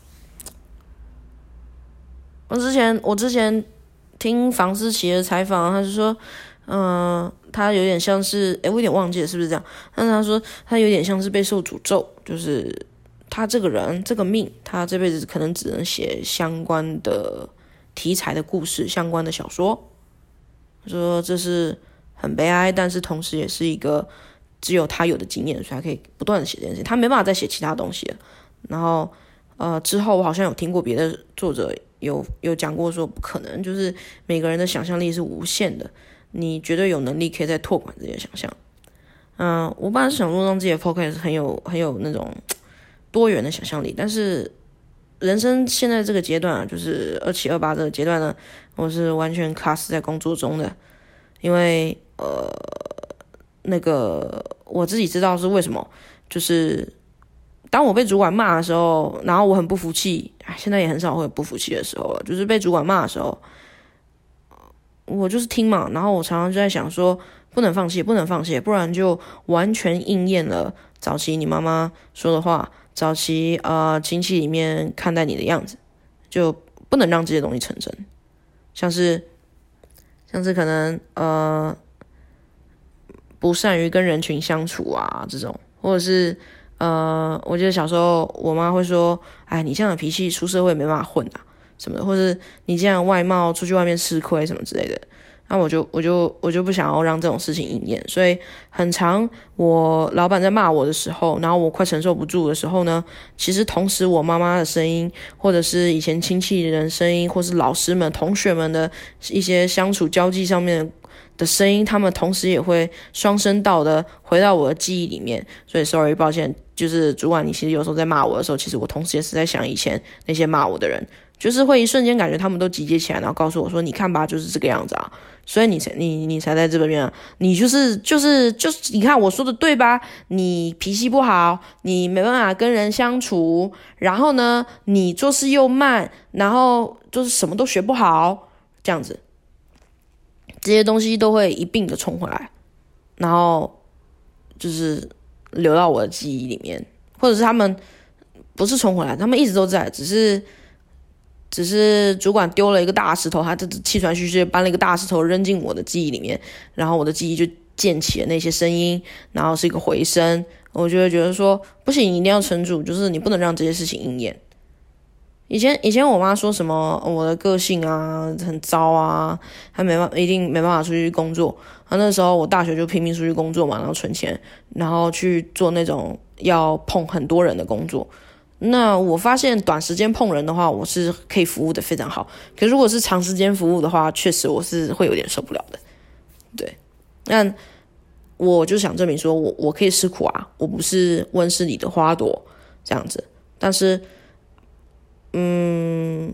[SPEAKER 1] 我之前我之前听房思琪的采访，他就说，嗯、呃，他有点像是，诶，我有点忘记了是不是这样？但是他说他有点像是被受诅咒，就是他这个人这个命，他这辈子可能只能写相关的题材的故事，相关的小说。他说这是很悲哀，但是同时也是一个只有他有的经验，所以他可以不断的写这件事情，他没办法再写其他东西了。然后呃，之后我好像有听过别的作者。有有讲过说不可能，就是每个人的想象力是无限的，你绝对有能力可以再拓宽这些想象。嗯、呃，我本来是想说让自己的 podcast 很有很有那种多元的想象力，但是人生现在这个阶段啊，就是二七二八这个阶段呢，我是完全 class 在工作中的，因为呃那个我自己知道是为什么，就是当我被主管骂的时候，然后我很不服气，现在也很少会有不服气的时候了，就是被主管骂的时候，我就是听嘛，然后我常常就在想说，不能放弃，不能放弃，不然就完全应验了早期你妈妈说的话，早期呃亲戚里面看待你的样子，就不能让这些东西成真，像是像是可能呃不善于跟人群相处啊这种，或者是。呃，我记得小时候我妈会说，哎，你这样的脾气出社会没办法混啊，什么的，或者你这样外貌出去外面吃亏什么之类的，那我就我就我就不想要让这种事情应验，所以很常我老板在骂我的时候，然后我快承受不住的时候呢，其实同时我妈妈的声音，或者是以前亲戚人声音，或是老师们、同学们的一些相处交际上面的声音，他们同时也会双声道的回到我的记忆里面，所以 sorry 抱歉，就是主管你其实有时候在骂我的时候，其实我同时也是在想以前那些骂我的人，就是会一瞬间感觉他们都集结起来，然后告诉我说你看吧，就是这个样子啊，所以你才你你才在这边啊，你就是就是就是你看我说的对吧，你脾气不好，你没办法跟人相处，然后呢你做事又慢，然后就是什么都学不好，这样子这些东西都会一并的冲回来，然后就是流到我的记忆里面，或者是他们不是冲回来，他们一直都在，只是只是主管丢了一个大石头，他这气喘吁吁搬了一个大石头扔进我的记忆里面，然后我的记忆就溅起了那些声音，然后是一个回声，我就会觉得说不行，你一定要撑住，就是你不能让这些事情应验。以前以前我妈说什么我的个性啊很糟啊，她没办一定没办法出去工作。啊，那时候我大学就拼命出去工作嘛，然后存钱，然后去做那种要碰很多人的工作。那我发现短时间碰人的话，我是可以服务的非常好。可如果是长时间服务的话，确实我是会有点受不了的。对，那我就想证明说我我可以吃苦啊，我不是温室里的花朵这样子，但是。嗯，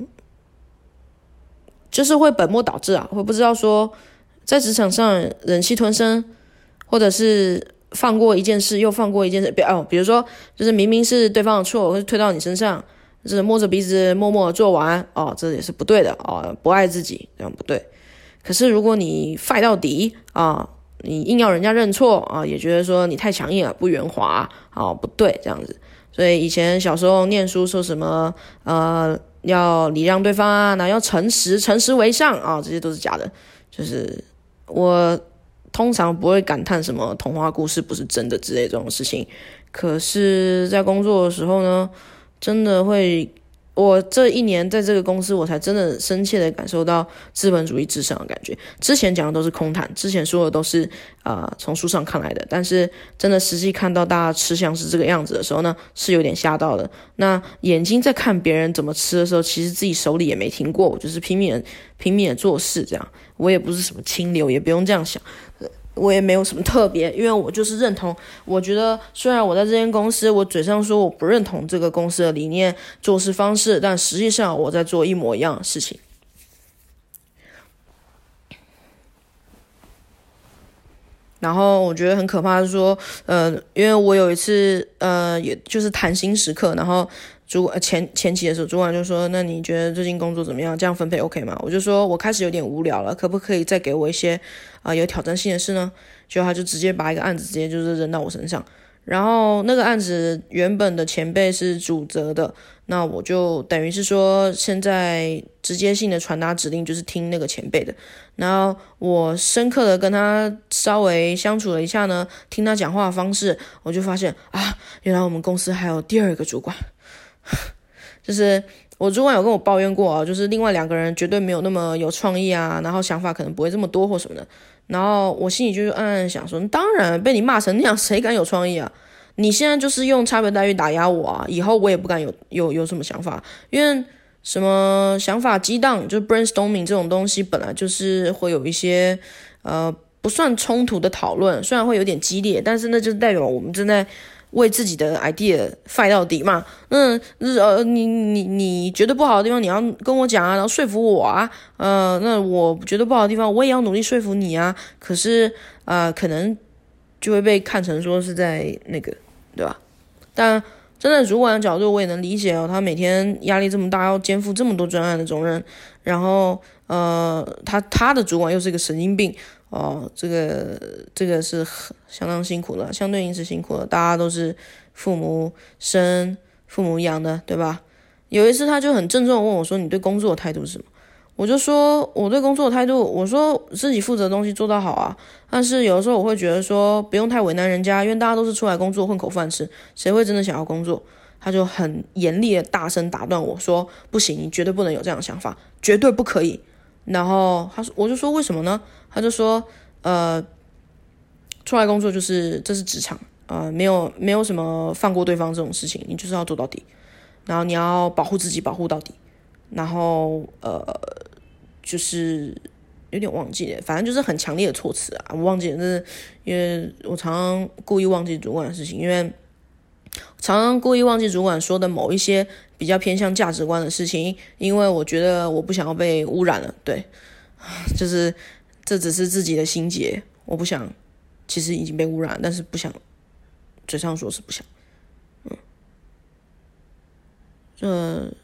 [SPEAKER 1] 就是会本末倒置啊，会不知道说在职场上忍气吞声，或者是放过一件事又放过一件事，比哦，比如说就是明明是对方的错，会推到你身上，就是摸着鼻子默默的做完，哦，这也是不对的哦，不爱自己这样不对。可是如果你 fight 到底啊，你硬要人家认错啊，也觉得说你太强硬了，不圆滑啊，不对这样子。 所以以前小时候念书说什么呃要礼让对方啊，然后要诚实，诚实为上啊，这些都是假的。就是我通常不会感叹什么童话故事不是真的之类这种事情，可是在工作的时候呢，真的会。我这一年在这个公司，我才真的深切的感受到资本主义至上的感觉。之前讲的都是空谈，之前说的都是呃从书上看来的，但是真的实际看到大家吃相是这个样子的时候呢，是有点吓到的。那眼睛在看别人怎么吃的时候，其实自己手里也没停过，我就是拼命的拼命的做事，这样我也不是什么清流，也不用这样想。我也没有什么特别，因为我就是认同，我觉得虽然我在这间公司，我嘴上说我不认同这个公司的理念、做事方式，但实际上我在做一模一样的事情。然后我觉得很可怕的是说，呃，因为我有一次，呃，也就是谈心时刻，然后主管前前期的时候，主管就说：“那你觉得最近工作怎么样？这样分配 OK 吗？”我就说：“我开始有点无聊了，可不可以再给我一些啊、呃、有挑战性的事呢？”结果他就直接把一个案子直接就是扔到我身上，然后那个案子原本的前辈是主责的，那我就等于是说现在直接性的传达指令就是听那个前辈的。然后我深刻的跟他稍微相处了一下呢，听他讲话的方式，我就发现啊，原来我们公司还有第二个主管。就是我主管有跟我抱怨过啊，就是另外两个人绝对没有那么有创意啊，然后想法可能不会这么多或什么的。然后我心里就暗暗想说，当然被你骂成那样，谁敢有创意啊？你现在就是用差别待遇打压我啊，以后我也不敢有有有什么想法，因为什么想法激荡，就 brainstorming 这种东西本来就是会有一些呃不算冲突的讨论，虽然会有点激烈，但是那就代表我们正在为自己的 idea fight 到底嘛。嗯，呃，你你你觉得不好的地方你要跟我讲啊，然后说服我啊。呃，那我觉得不好的地方我也要努力说服你啊。可是呃，可能就会被看成说是在那个，对吧？但真的主管的角度我也能理解哦，他每天压力这么大，要肩负这么多专案的重任，然后呃，他他的主管又是一个神经病。哦，这个这个是相当辛苦的，相对应是辛苦的，大家都是父母生、父母养的，对吧？有一次他就很郑重的问我说：“你对工作的态度是什么？”我就说我对工作的态度，我说自己负责的东西做到好啊，但是有的时候我会觉得说不用太为难人家，因为大家都是出来工作混口饭吃，谁会真的想要工作？他就很严厉的大声打断我说：“不行，你绝对不能有这样的想法，绝对不可以。”然后他说，我就说为什么呢？他就说，呃，出来工作就是这是职场，呃，没有没有什么放过对方这种事情，你就是要做到底，然后你要保护自己，保护到底，然后呃，就是有点忘记了，反正就是很强烈的措辞啊，我忘记了，是因为我常常故意忘记主管的事情，因为常常故意忘记主管说的某一些比较偏向价值观的事情，因为我觉得我不想要被污染了，对，就是这只是自己的心结，我不想，其实已经被污染，但是不想，嘴上说是不想，嗯，这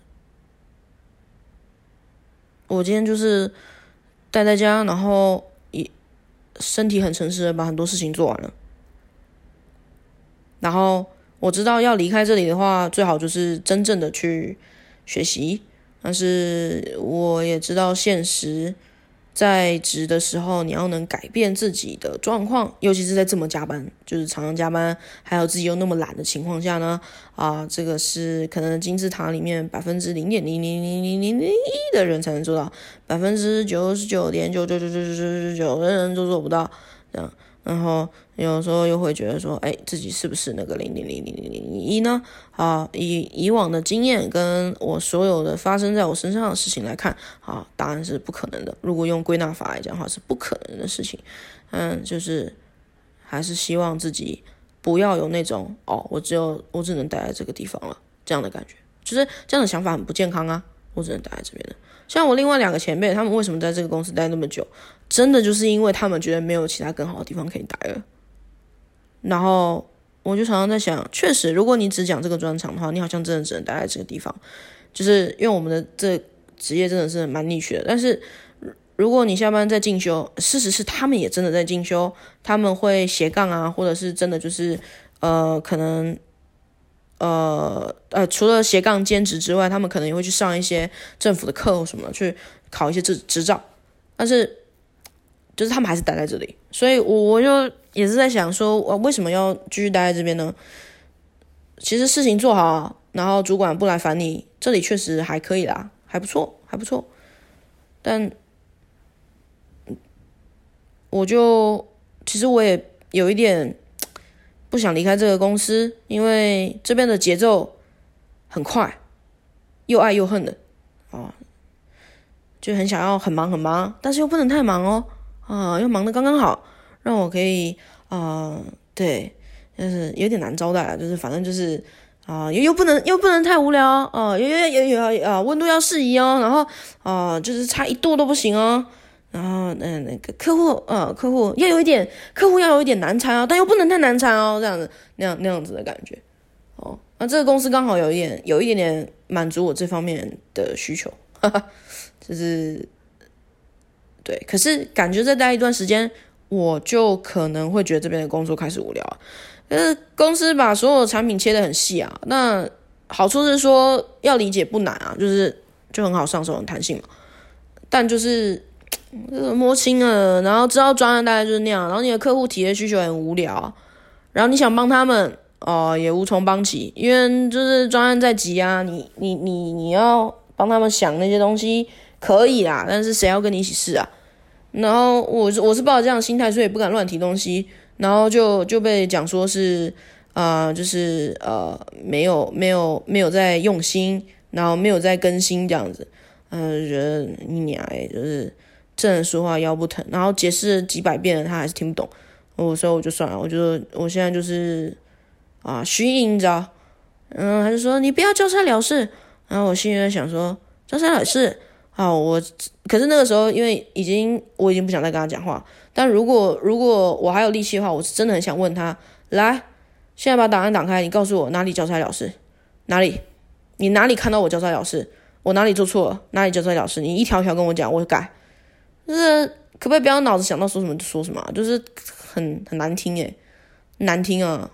[SPEAKER 1] 我今天就是待在家，然后也身体很诚实的把很多事情做完了，然后我知道要离开这里的话，最好就是真正的去学习，但是我也知道现实在职的时候，你要能改变自己的状况，尤其是在这么加班，就是常常加班，还有自己又那么懒的情况下呢，啊，这个是可能金字塔里面百分之零点零零零零零零一的人才能做到，百分之九十九点九九九九九九九的人都做不到，这样。然后有时候又会觉得说，哎，自己是不是那个零点零零零零一呢？啊，以以往的经验跟我所有的发生在我身上的事情来看，啊，答案是不可能的。如果用归纳法来讲的话，是不可能的事情。嗯，就是还是希望自己不要有那种哦，我只有我只能待在这个地方了这样的感觉，就是这样的想法很不健康啊。我只能待在这边的。像我另外两个前辈，他们为什么在这个公司待那么久？真的就是因为他们觉得没有其他更好的地方可以待了。然后我就常常在想，确实，如果你只讲这个专长的话，你好像真的只能待在这个地方，就是因为我们的这职业真的是蛮逆学的。但是如果你下班在进修，事实是他们也真的在进修，他们会斜杠啊，或者是真的就是呃，可能呃呃，除了斜杠兼职之外，他们可能也会去上一些政府的课或什么的，去考一些执执照。但是就是他们还是待在这里，所以我我就也是在想说，我为什么要继续待在这边呢？其实事情做好，然后主管不来烦你，这里确实还可以啦，还不错，还不错。但我就其实我也有一点不想离开这个公司，因为这边的节奏很快，又爱又恨的哦，就很想要很忙很忙，但是又不能太忙哦，啊，要忙得刚刚好，让我可以啊、呃，对，就是有点难招待了，就是反正就是啊、呃，又又不能又不能太无聊哦、呃，又又又又啊，温度要适宜哦，然后啊、呃，就是差一度都不行哦。然后，嗯、呃，那个客户，呃，客户要有一点，客户要有一点难缠哦，但又不能太难缠哦，这样子，那样那样子的感觉，哦，那这个公司刚好有一点，有一点点满足我这方面的需求，哈哈，就是对，可是感觉再待一段时间，我就可能会觉得这边的工作开始无聊啊。呃，公司把所有产品切得很细啊，那好处是说要理解不难啊，就是就很好上手，很弹性嘛，但就是摸清了，然后知道专案大概就是那样，然后你的客户提的需求很无聊，然后你想帮他们哦、呃、也无从帮起，因为就是专案在急啊，你你你你要帮他们想那些东西可以啦，但是谁要跟你一起试啊？然后我我是抱着这样的心态，所以不敢乱提东西，然后就就被讲说是啊、呃，就是呃没有没有没有在用心，然后没有在更新这样子，嗯、呃，觉得你娘哎，就是正人说话腰不疼，然后解释了几百遍了，他还是听不懂，我所以我就算了，我就我现在就是啊虚应，你知道，嗯，他就说你不要交差了事，然后我心里在想说交差了事。好，我可是那个时候，因为已经我已经不想再跟他讲话。但如果如果我还有力气的话，我是真的很想问他，来，现在把档案打开，你告诉我哪里交差了事，哪里，你哪里看到我交差了事，我哪里做错了，哪里交差了事，你一条条跟我讲，我改。就是可不可以不要脑子想到说什么就说什么、啊，就是很很难听诶，难听啊。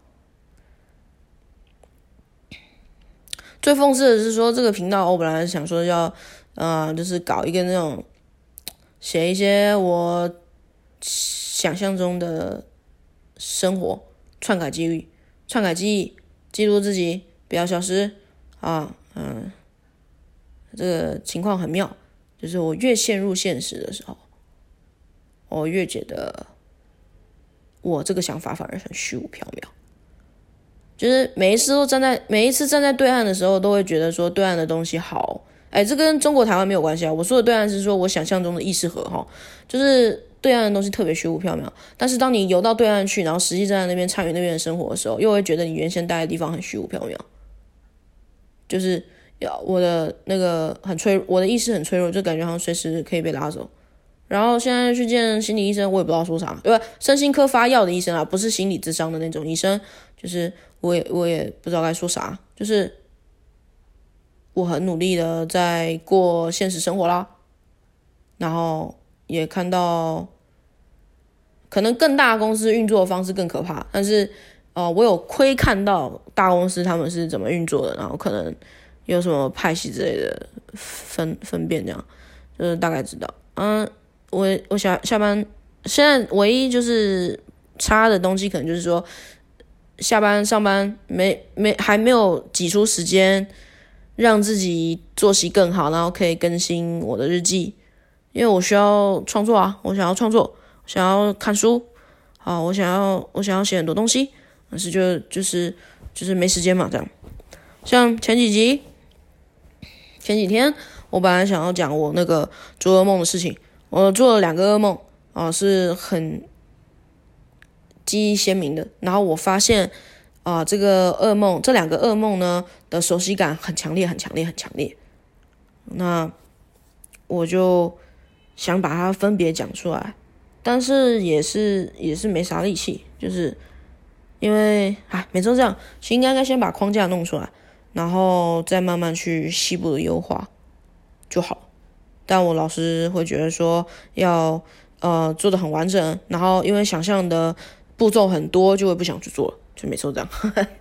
[SPEAKER 1] 最讽刺的是说，这个频道我本来想说要。呃，就是搞一个那种写一些我想象中的生活，篡改记忆，篡改记忆，记录自己，不要消失啊，嗯，这个情况很妙，就是我越陷入现实的时候，我越觉得我这个想法反而很虚无缥缈。就是每一次都站在每一次站在对岸的时候，都会觉得说对岸的东西好。哎，这跟中国台湾没有关系啊。我说的对岸是说我想象中的意识河哈，就是对岸的东西特别虚无缥缈。但是当你游到对岸去，然后实际站在那边参与那边的生活的时候，又会觉得你原先待的地方很虚无缥缈。就是要我的那个很脆，我的意识很脆弱，就感觉好像随时可以被拉走。然后现在去见心理医生，我也不知道说啥，对吧？身心科发药的医生啊，不是心理咨商的那种医生，就是我也我也不知道该说啥，就是。我很努力的在过现实生活啦，然后也看到可能更大公司运作的方式更可怕，但是呃，我有窥看到大公司他们是怎么运作的，然后可能有什么派系之类的分分辨，这样就是大概知道。嗯，我我下下班现在唯一就是差的东西，可能就是说下班上班没没还没有挤出时间。让自己作息更好，然后可以更新我的日记，因为我需要创作啊，我想要创作，想要看书，好，我想要我想要写很多东西，但是就就是就是没时间嘛，这样。像前几集，前几天我本来想要讲我那个做噩梦的事情，我做了两个噩梦啊、呃，是很记忆鲜明的，然后我发现。啊、呃，这个噩梦，这两个噩梦呢的熟悉感很强烈，很强烈，很强烈。那我就想把它分别讲出来，但是也是也是没啥力气，就是因为啊，每周这样，其实应该先把框架弄出来，然后再慢慢去细部的优化就好。但我老师会觉得说要呃做的很完整，然后因为想象的步骤很多，就会不想去做了。就每次都这样，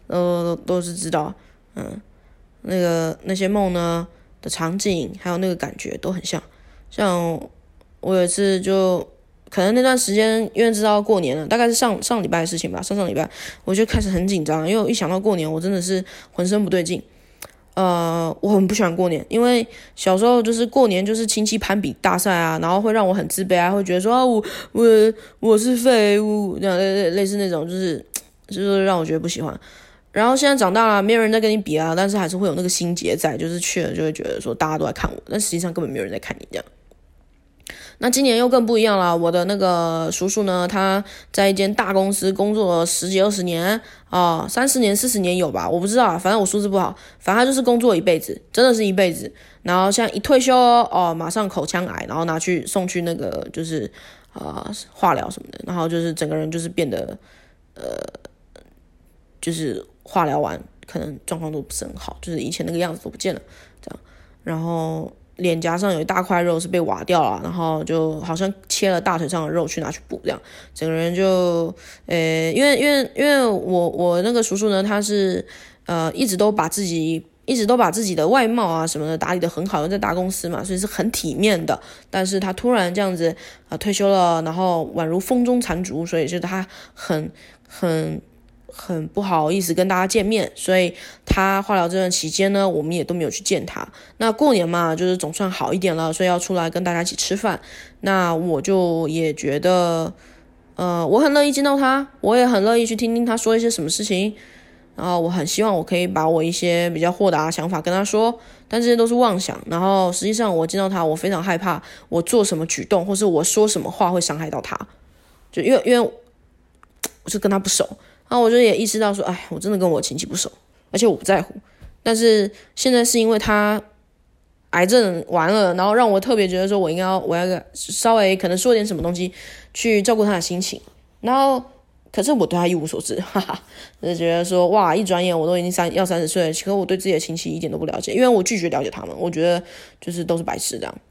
[SPEAKER 1] 呃，都是知道，嗯，那个那些梦呢的场景，还有那个感觉都很像。像我有一次就可能那段时间因为知道过年了，大概是上上礼拜的事情吧，上上礼拜我就开始很紧张，因为我一想到过年，我真的是浑身不对劲。呃，我很不喜欢过年，因为小时候就是过年就是亲戚攀比大赛啊，然后会让我很自卑啊，会觉得说啊我我我是废物，这样类类似那种，就是就是让我觉得不喜欢。然后现在长大了，没有人在跟你比啊，但是还是会有那个心结在，就是去了就会觉得说大家都在看我，但实际上根本没有人在看你这样。那今年又更不一样了，我的那个叔叔呢，他在一间大公司工作了十几二十年啊，三十年四十年有吧，我不知道，反正我数字不好，反正他就是工作一辈子，真的是一辈子。然后现在一退休哦，马上口腔癌，然后拿去送去那个就是啊、呃、化疗什么的，然后就是整个人就是变得呃就是化疗完可能状况都不是很好，就是以前那个样子都不见了这样，然后。脸颊上有一大块肉是被挖掉了，然后就好像切了大腿上的肉去拿去补，这样整个人就，呃，因为因为因为我我那个叔叔呢，他是呃一直都把自己一直都把自己的外貌啊什么的打理得很好，又在大公司嘛，所以是很体面的。但是他突然这样子啊、呃、退休了，然后宛如风中残烛，所以是他很很。很不好意思跟大家见面，所以他化疗这段期间呢，我们也都没有去见他。那过年嘛，就是总算好一点了，所以要出来跟大家一起吃饭。那我就也觉得，呃，我很乐意见到他，我也很乐意去听听他说一些什么事情。然后我很希望我可以把我一些比较豁达的想法跟他说，但这些都是妄想。然后实际上我见到他，我非常害怕我做什么举动或是我说什么话会伤害到他，就因为因为我就跟他不熟。然后我就也意识到说，哎，我真的跟我亲戚不熟，而且我不在乎。但是现在是因为他癌症完了，然后让我特别觉得说我应该要，我要稍微可能说点什么东西去照顾他的心情。然后，可是我对他一无所知，哈哈，就是觉得说，哇，一转眼我都已经三要三十岁了，可是我对自己的亲戚一点都不了解，因为我拒绝了解他们，我觉得就是都是白痴这样。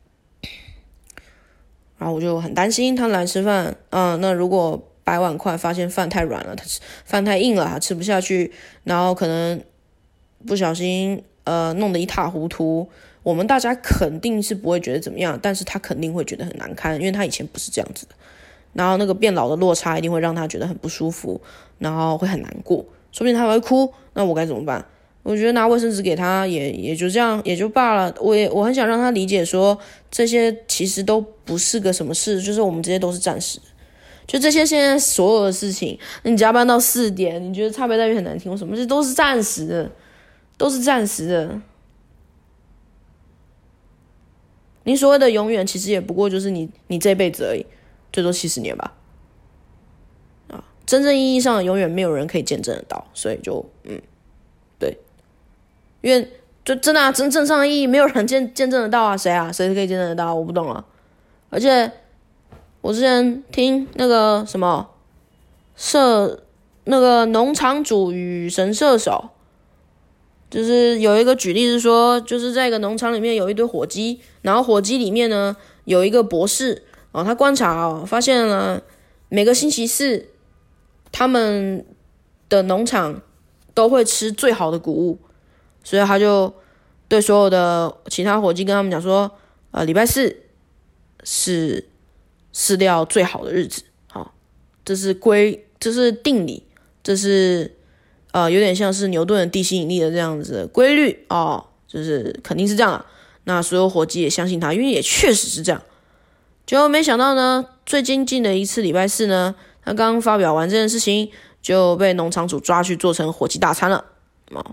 [SPEAKER 1] 然后我就很担心他来吃饭，嗯，那如果摆碗筷发现饭太软了，他吃饭太硬了，他吃不下去，然后可能不小心呃弄得一塌糊涂，我们大家肯定是不会觉得怎么样，但是他肯定会觉得很难堪，因为他以前不是这样子的。然后那个变老的落差一定会让他觉得很不舒服，然后会很难过，说不定他还会哭，那我该怎么办？我觉得拿卫生纸给他也也就这样也就罢了，我也我很想让他理解说这些其实都不是个什么事，就是我们这些都是暂时的。就这些现在所有的事情，你加班到四点，你觉得差别待遇很难听，什么这都是暂时的，都是暂时的。你所谓的永远，其实也不过就是你你这辈子而已，最多七十年吧。啊，真正意义上的永远，没有人可以见证得到，所以就嗯，对，因为就真的啊，真正上的意义，没有人见见证得到啊，谁啊，谁可以见证得到？我不懂啊，而且。我之前听那个什么射那个农场主与神射手，就是有一个举例是说，就是在一个农场里面有一堆火鸡，然后火鸡里面呢有一个博士哦，他观察哦，发现了每个星期四他们的农场都会吃最好的谷物，所以他就对所有的其他火鸡跟他们讲说，呃，礼拜四是。饲料最好的日子，好，这是规，这是定理，这是呃有点像是牛顿的地心引力的这样子的规律哦，就是肯定是这样了。那所有伙计也相信他，因为也确实是这样。结果没想到呢，最近近的一次礼拜四呢，他刚发表完这件事情，就被农场主抓去做成火鸡大餐了。哦，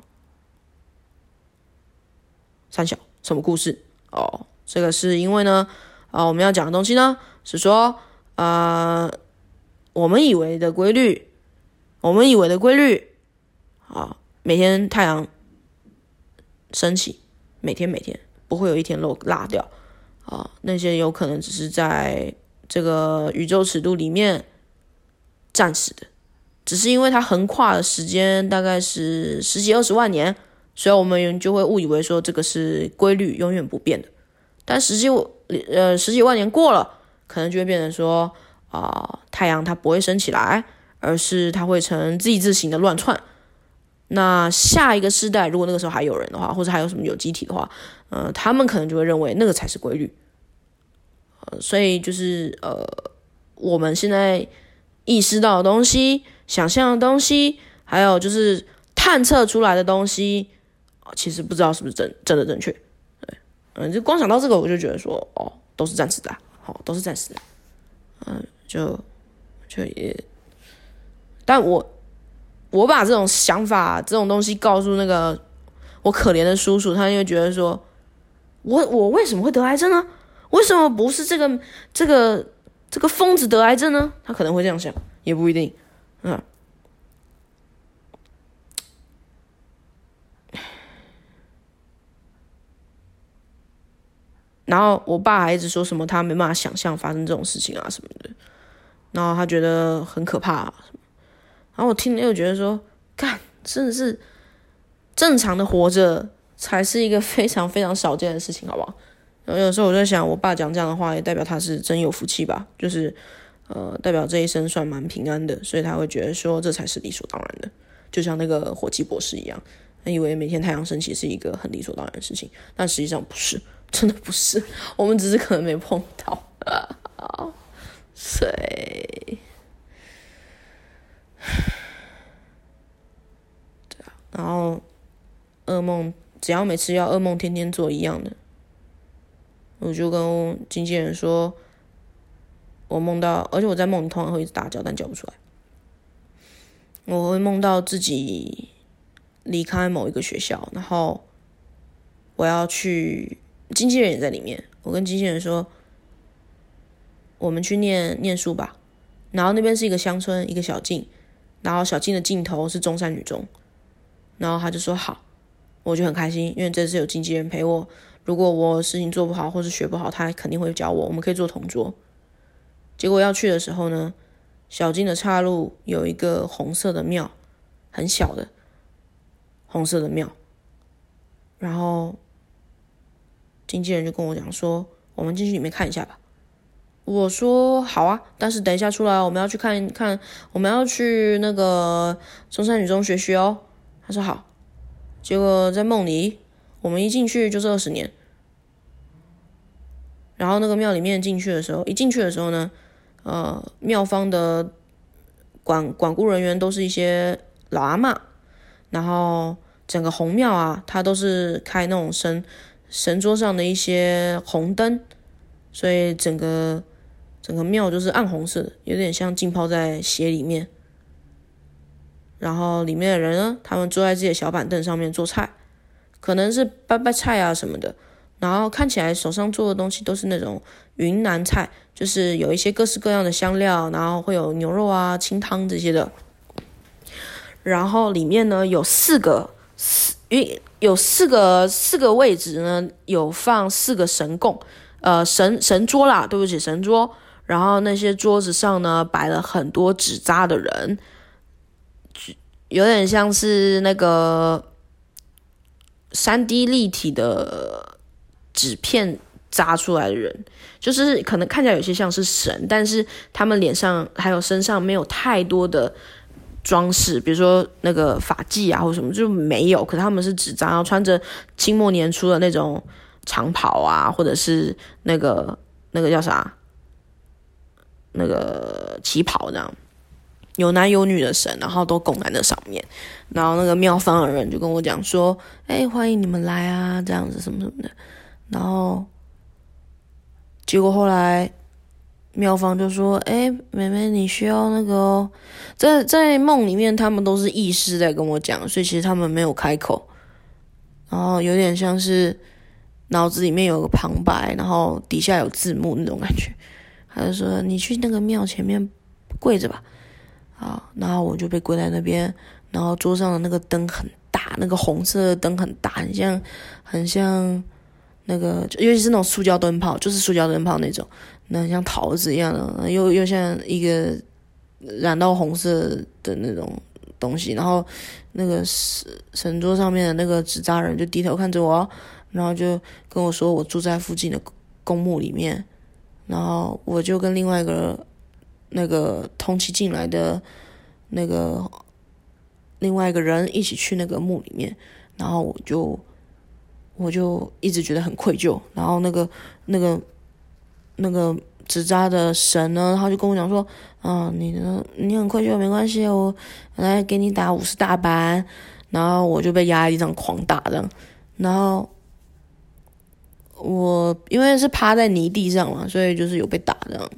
[SPEAKER 1] 三小什么故事？哦，这个是因为呢，啊、呃，我们要讲的东西呢。是说，呃，我们以为的规律，我们以为的规律，啊，每天太阳升起，每天每天不会有一天漏落掉，啊，那些有可能只是在这个宇宙尺度里面暂时的，只是因为它横跨的时间大概是十几二十万年，所以我们就会误以为说这个是规律，永远不变的。但实际呃十几万年过了。可能就会变成说，啊、呃，太阳它不会升起来，而是它会呈 Z 字形的乱窜， 那下一个世代，如果那个时候还有人的话，或者还有什么有机体的话，呃，他们可能就会认为那个才是规律。呃，所以就是呃，我们现在意识到的东西、想象的东西，还有就是探测出来的东西，其实不知道是不是真真的正确。对，嗯，就光想到这个，我就觉得说，哦，都是暂时的、啊，好、哦，都是暂时的。嗯、呃，就就也，但我。我把这种想法、这种东西告诉那个我可怜的叔叔，他就会觉得说，我我为什么会得癌症呢？为什么不是这个这个这个疯子得癌症呢？他可能会这样想，也不一定。嗯，然后我爸还一直说什么他没办法想象发生这种事情啊什么的，然后他觉得很可怕、啊。然后我听了又觉得说，干，真的是正常的活着才是一个非常非常少见的事情，好不好？然后有时候我在想，我爸讲这样的话，也代表他是真有福气吧，就是呃，代表这一生算蛮平安的，所以他会觉得说这才是理所当然的，就像那个火鸡博士一样，他以为每天太阳升起是一个很理所当然的事情，但实际上不是，真的不是，我们只是可能没碰到。所以对啊，然后噩梦，只要每次要噩梦天天做一样的，我就跟经纪人说，我梦到，而且我在梦里通常会一直大叫，但叫不出来。我会梦到自己离开某一个学校，然后我要去，经纪人也在里面。我跟经纪人说，我们去念念书吧。然后那边是一个乡村，一个小径，然后小径的尽头是中山女中。然后他就说好，我就很开心，因为这次有经纪人陪我。如果我事情做不好或是学不好，他肯定会教我，我们可以做同桌。结果要去的时候呢，小径的岔路有一个红色的庙，很小的红色的庙。然后经纪人就跟我讲说，我们进去里面看一下吧。我说好啊，但是等一下出来我们要去看看，我们要去那个中山女中学学哦。他说好，结果在梦里，我们一进去就是二十年。然后那个庙里面进去的时候，一进去的时候呢，呃，庙方的管管顾人员都是一些老阿嬷，然后整个红庙啊，它都是开那种神神桌上的一些红灯，所以整个整个庙就是暗红色的，有点像浸泡在血里面。然后里面的人呢，他们坐在自己的小板凳上面做菜，可能是拜拜菜啊什么的。然后看起来手上做的东西都是那种云南菜，就是有一些各式各样的香料，然后会有牛肉啊、清汤这些的。然后里面呢有四个，有四个四个位置呢，有放四个神供，呃神神桌啦，对不起神桌。然后那些桌子上呢摆了很多纸扎的人，有点像是那个 三 D 立体的纸片扎出来的人，就是可能看起来有些像是神，但是他们脸上还有身上没有太多的装饰，比如说那个发髻啊或什么就没有，可是他们是纸扎，然后穿着清末年初的那种长袍啊，或者是那个那个叫啥，那个旗袍这样，有男有女的神，然后都供在那上面。然后那个庙方的人就跟我讲说，哎，欢迎你们来啊，这样子什么什么的。然后结果后来庙方就说，哎，妹妹你需要那个哦。在在梦里面他们都是意识在跟我讲，所以其实他们没有开口，然后有点像是脑子里面有个旁白，然后底下有字幕那种感觉。他就说你去那个庙前面跪着吧。好，然后我就被跪在那边，然后桌上的那个灯很大，那个红色的灯很大，很像很像那个，尤其是那种塑胶灯泡，就是塑胶灯泡那种，那很像桃子一样的，又又像一个染到红色的那种东西。然后那个神桌上面的那个纸扎人就低头看着我，然后就跟我说我住在附近的公墓里面，然后我就跟另外一个那个通缉进来的那个另外一个人一起去那个墓里面，然后我就我就一直觉得很愧疚，然后那个那个那个纸扎的神呢，他就跟我讲说，嗯、呃，你的你很愧疚没关系，我来给你打五十大板，然后我就被压在地上狂打这样，然后我因为是趴在泥地上嘛，所以就是有被打这样，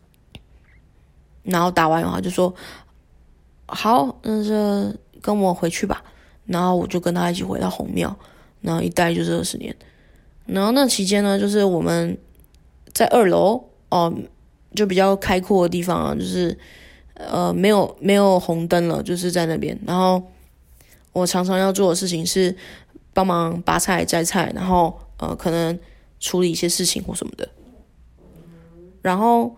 [SPEAKER 1] 然后打完以后他就说，好，那就跟我回去吧，然后我就跟他一起回到红庙，然后一待就是二十年，然后那期间呢，就是我们在二楼哦，就比较开阔的地方啊，就是呃没有没有红灯了，就是在那边。然后我常常要做的事情是帮忙拔菜、摘菜，然后呃可能处理一些事情或什么的。然后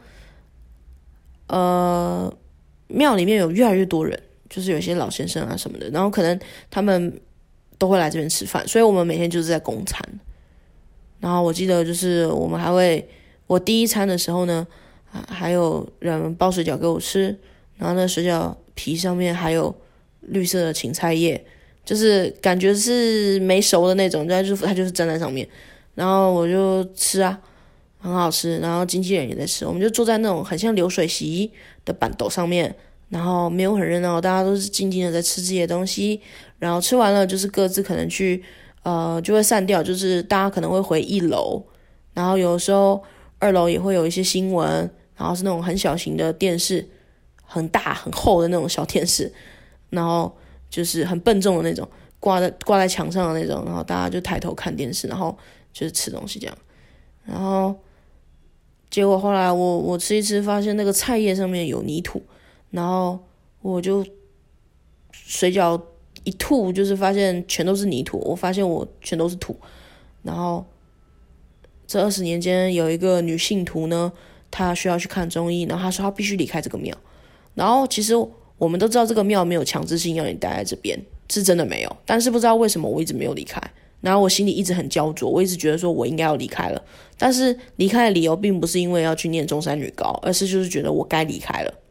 [SPEAKER 1] 呃庙里面有越来越多人，就是有一些老先生啊什么的，然后可能他们都会来这边吃饭，所以我们每天就是在供餐。然后我记得就是我们还会。我第一餐的时候呢，啊，还有人包水饺给我吃，然后那水饺皮上面还有绿色的芹菜叶，就是感觉是没熟的那种，它就是它就是粘在上面，然后我就吃啊，很好吃，然后经纪人也在吃，我们就坐在那种很像流水席的板斗上面，然后没有很热闹，大家都是静静的在吃自己的东西，然后吃完了就是各自可能去呃就会散掉，就是大家可能会回一楼，然后有的时候。二楼也会有一些新闻，然后是那种很小型的电视，很大很厚的那种小电视，然后就是很笨重的那种，挂在挂在墙上的那种，然后大家就抬头看电视，然后就是吃东西这样。然后结果后来我我吃一吃，发现那个菜叶上面有泥土，然后我就水饺一吐，就是发现全都是泥土，我发现我全都是土，然后。这二十年间，有一个女信徒呢，她需要去看中医，然后她说她必须离开这个庙。然后其实我们都知道这个庙没有强制性要你待在这边，是真的没有。但是不知道为什么我一直没有离开，然后我心里一直很焦灼，我一直觉得说我应该要离开了。但是离开的理由并不是因为要去念中山女高，而是就是觉得我该离开了。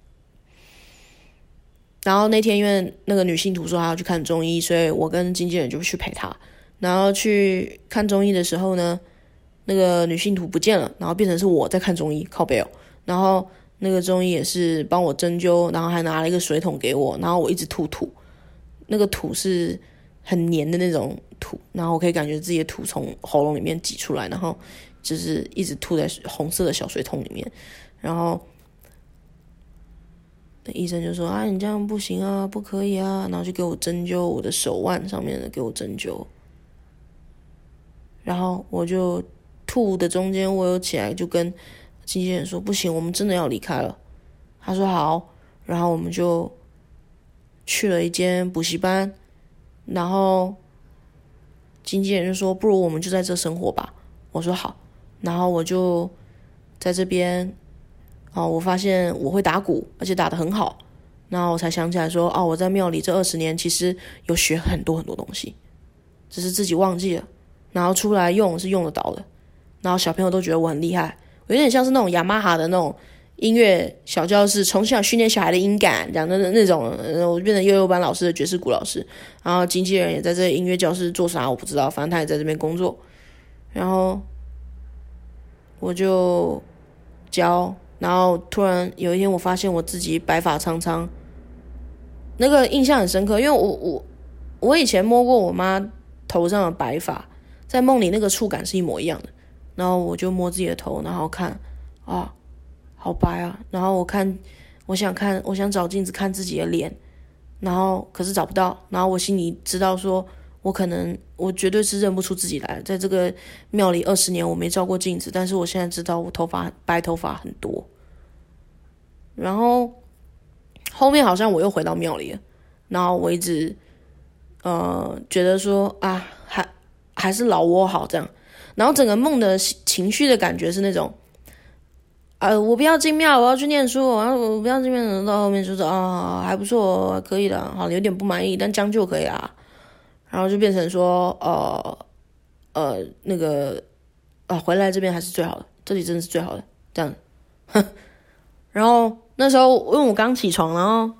[SPEAKER 1] 然后那天因为那个女信徒说她要去看中医，所以我跟经纪人就去陪她。然后去看中医的时候呢，那个女信徒不见了，然后变成是我在看中医，靠背哦。然后那个中医也是帮我针灸，然后还拿了一个水桶给我，然后我一直吐土，那个土是很黏的那种土，然后我可以感觉自己的土从喉咙里面挤出来，然后就是一直吐在红色的小水桶里面，然后医生就说啊，你这样不行啊，不可以啊，然后就给我针灸我的手腕上面的，给我针灸，然后我就。吐的中间，我有起来就跟经纪人说：“不行，我们真的要离开了。”他说：“好。”然后我们就去了一间补习班，然后经纪人就说：“不如我们就在这生活吧。”我说：“好。”然后我就在这边，哦，我发现我会打鼓，而且打得很好。然后我才想起来说：“哦，我在庙里这二十年，其实有学很多很多东西，只是自己忘记了。然后出来用是用得到的。”然后小朋友都觉得我很厉害，我有点像是那种雅马哈的那种音乐小教室，从小训练小孩的音感，这样的那种，我就变成幼幼班老师的爵士鼓老师。然后经纪人也在这音乐教室做啥我不知道，反正他也在这边工作。然后我就教，然后突然有一天我发现我自己白发苍苍，那个印象很深刻，因为我我我以前摸过我妈头上的白发，在梦里那个触感是一模一样的。然后我就摸自己的头，然后看，啊，好白啊！然后我看，我想看，我想找镜子看自己的脸，然后可是找不到。然后我心里知道说，我可能，我绝对是认不出自己来。在这个庙里二十年，我没照过镜子，但是我现在知道我头发白头发很多。然后后面好像我又回到庙里了，然后我一直，呃，觉得说啊，还还是老窝好这样。然后整个梦的情绪的感觉是那种，呃，我不要进庙，我要去念书，然后我不要进庙，到后面就是啊，还不错，可以的，好，有点不满意，但将就可以啦。然后就变成说，呃呃，那个啊，回来这边还是最好的，这里真的是最好的，这样。然后那时候因为我刚起床，然后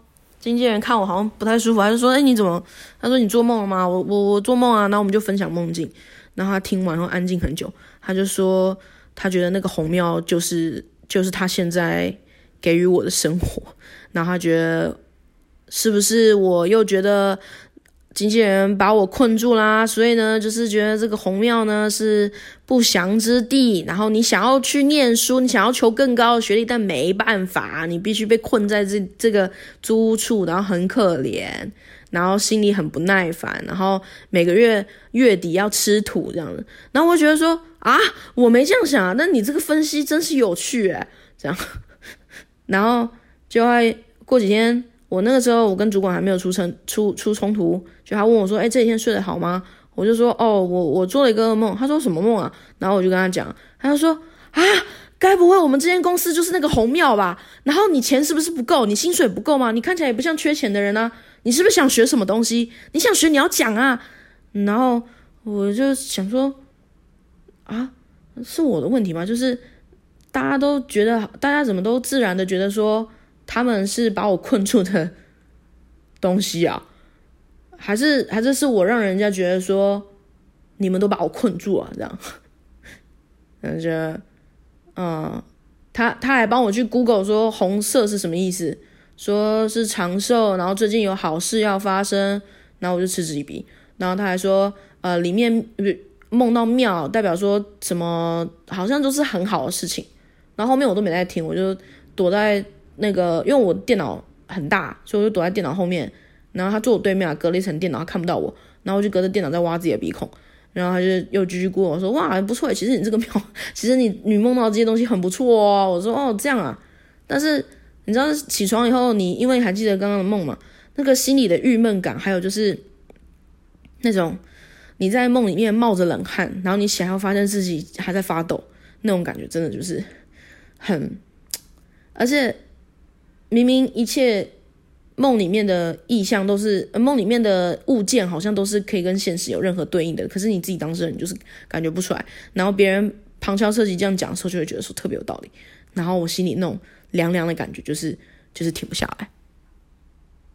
[SPEAKER 1] 经纪人看我好像不太舒服，他就说：“哎、欸，你怎么？”他说：“你做梦了吗？”我我我做梦啊。然后我们就分享梦境。然后他听完后安静很久，他就说他觉得那个红庙就是就是他现在给予我的生活。然后他觉得是不是我又觉得经纪人把我困住啦，所以呢就是觉得这个红庙呢是不祥之地，然后你想要去念书，你想要求更高的学历，但没办法，你必须被困在这这个租屋处，然后很可怜，然后心里很不耐烦，然后每个月月底要吃土这样子。然后我觉得说啊，我没这样想啊，但你这个分析真是有趣诶，这样。然后就会过几天，我那个时候我跟主管还没有出成出出冲突，就他问我说：“哎、欸，这几天睡得好吗？”我就说：“哦，我我做了一个噩梦。”他说：“什么梦啊？”然后我就跟他讲，他就说：“啊，该不会我们这间公司就是那个红庙吧？然后你钱是不是不够？你薪水不够吗？你看起来也不像缺钱的人啊！你是不是想学什么东西？你想学你要讲啊！”然后我就想说：“啊，是我的问题吗？就是大家都觉得，大家怎么都自然的觉得说他们是把我困住的东西啊？还是还是是我让人家觉得说你们都把我困住了这样？”感觉，嗯，他他还帮我去 Google 说红色是什么意思，说是长寿，然后最近有好事要发生，然后我就嗤之以鼻。然后他还说，呃，里面梦到庙代表说什么，好像都是很好的事情。然后后面我都没在听，我就躲在那个，因为我电脑很大，所以我就躲在电脑后面。然后他坐我对面，隔了一层电脑，他看不到我，然后我就隔着电脑在挖自己的鼻孔。然后他就又继续跟我说：“哇，不错，其实你这个庙，其实你你梦到这些东西很不错哦。”我说：“哦，这样啊。”但是你知道起床以后，你因为还记得刚刚的梦嘛，那个心里的郁闷感，还有就是那种你在梦里面冒着冷汗，然后你起来后发现自己还在发抖，那种感觉真的就是很，而且明明一切梦里面的意象都是，梦里面的物件好像都是可以跟现实有任何对应的，可是你自己当事人就是感觉不出来，然后别人旁敲侧击这样讲的时候，就会觉得说特别有道理，然后我心里那种凉凉的感觉就是就是停不下来。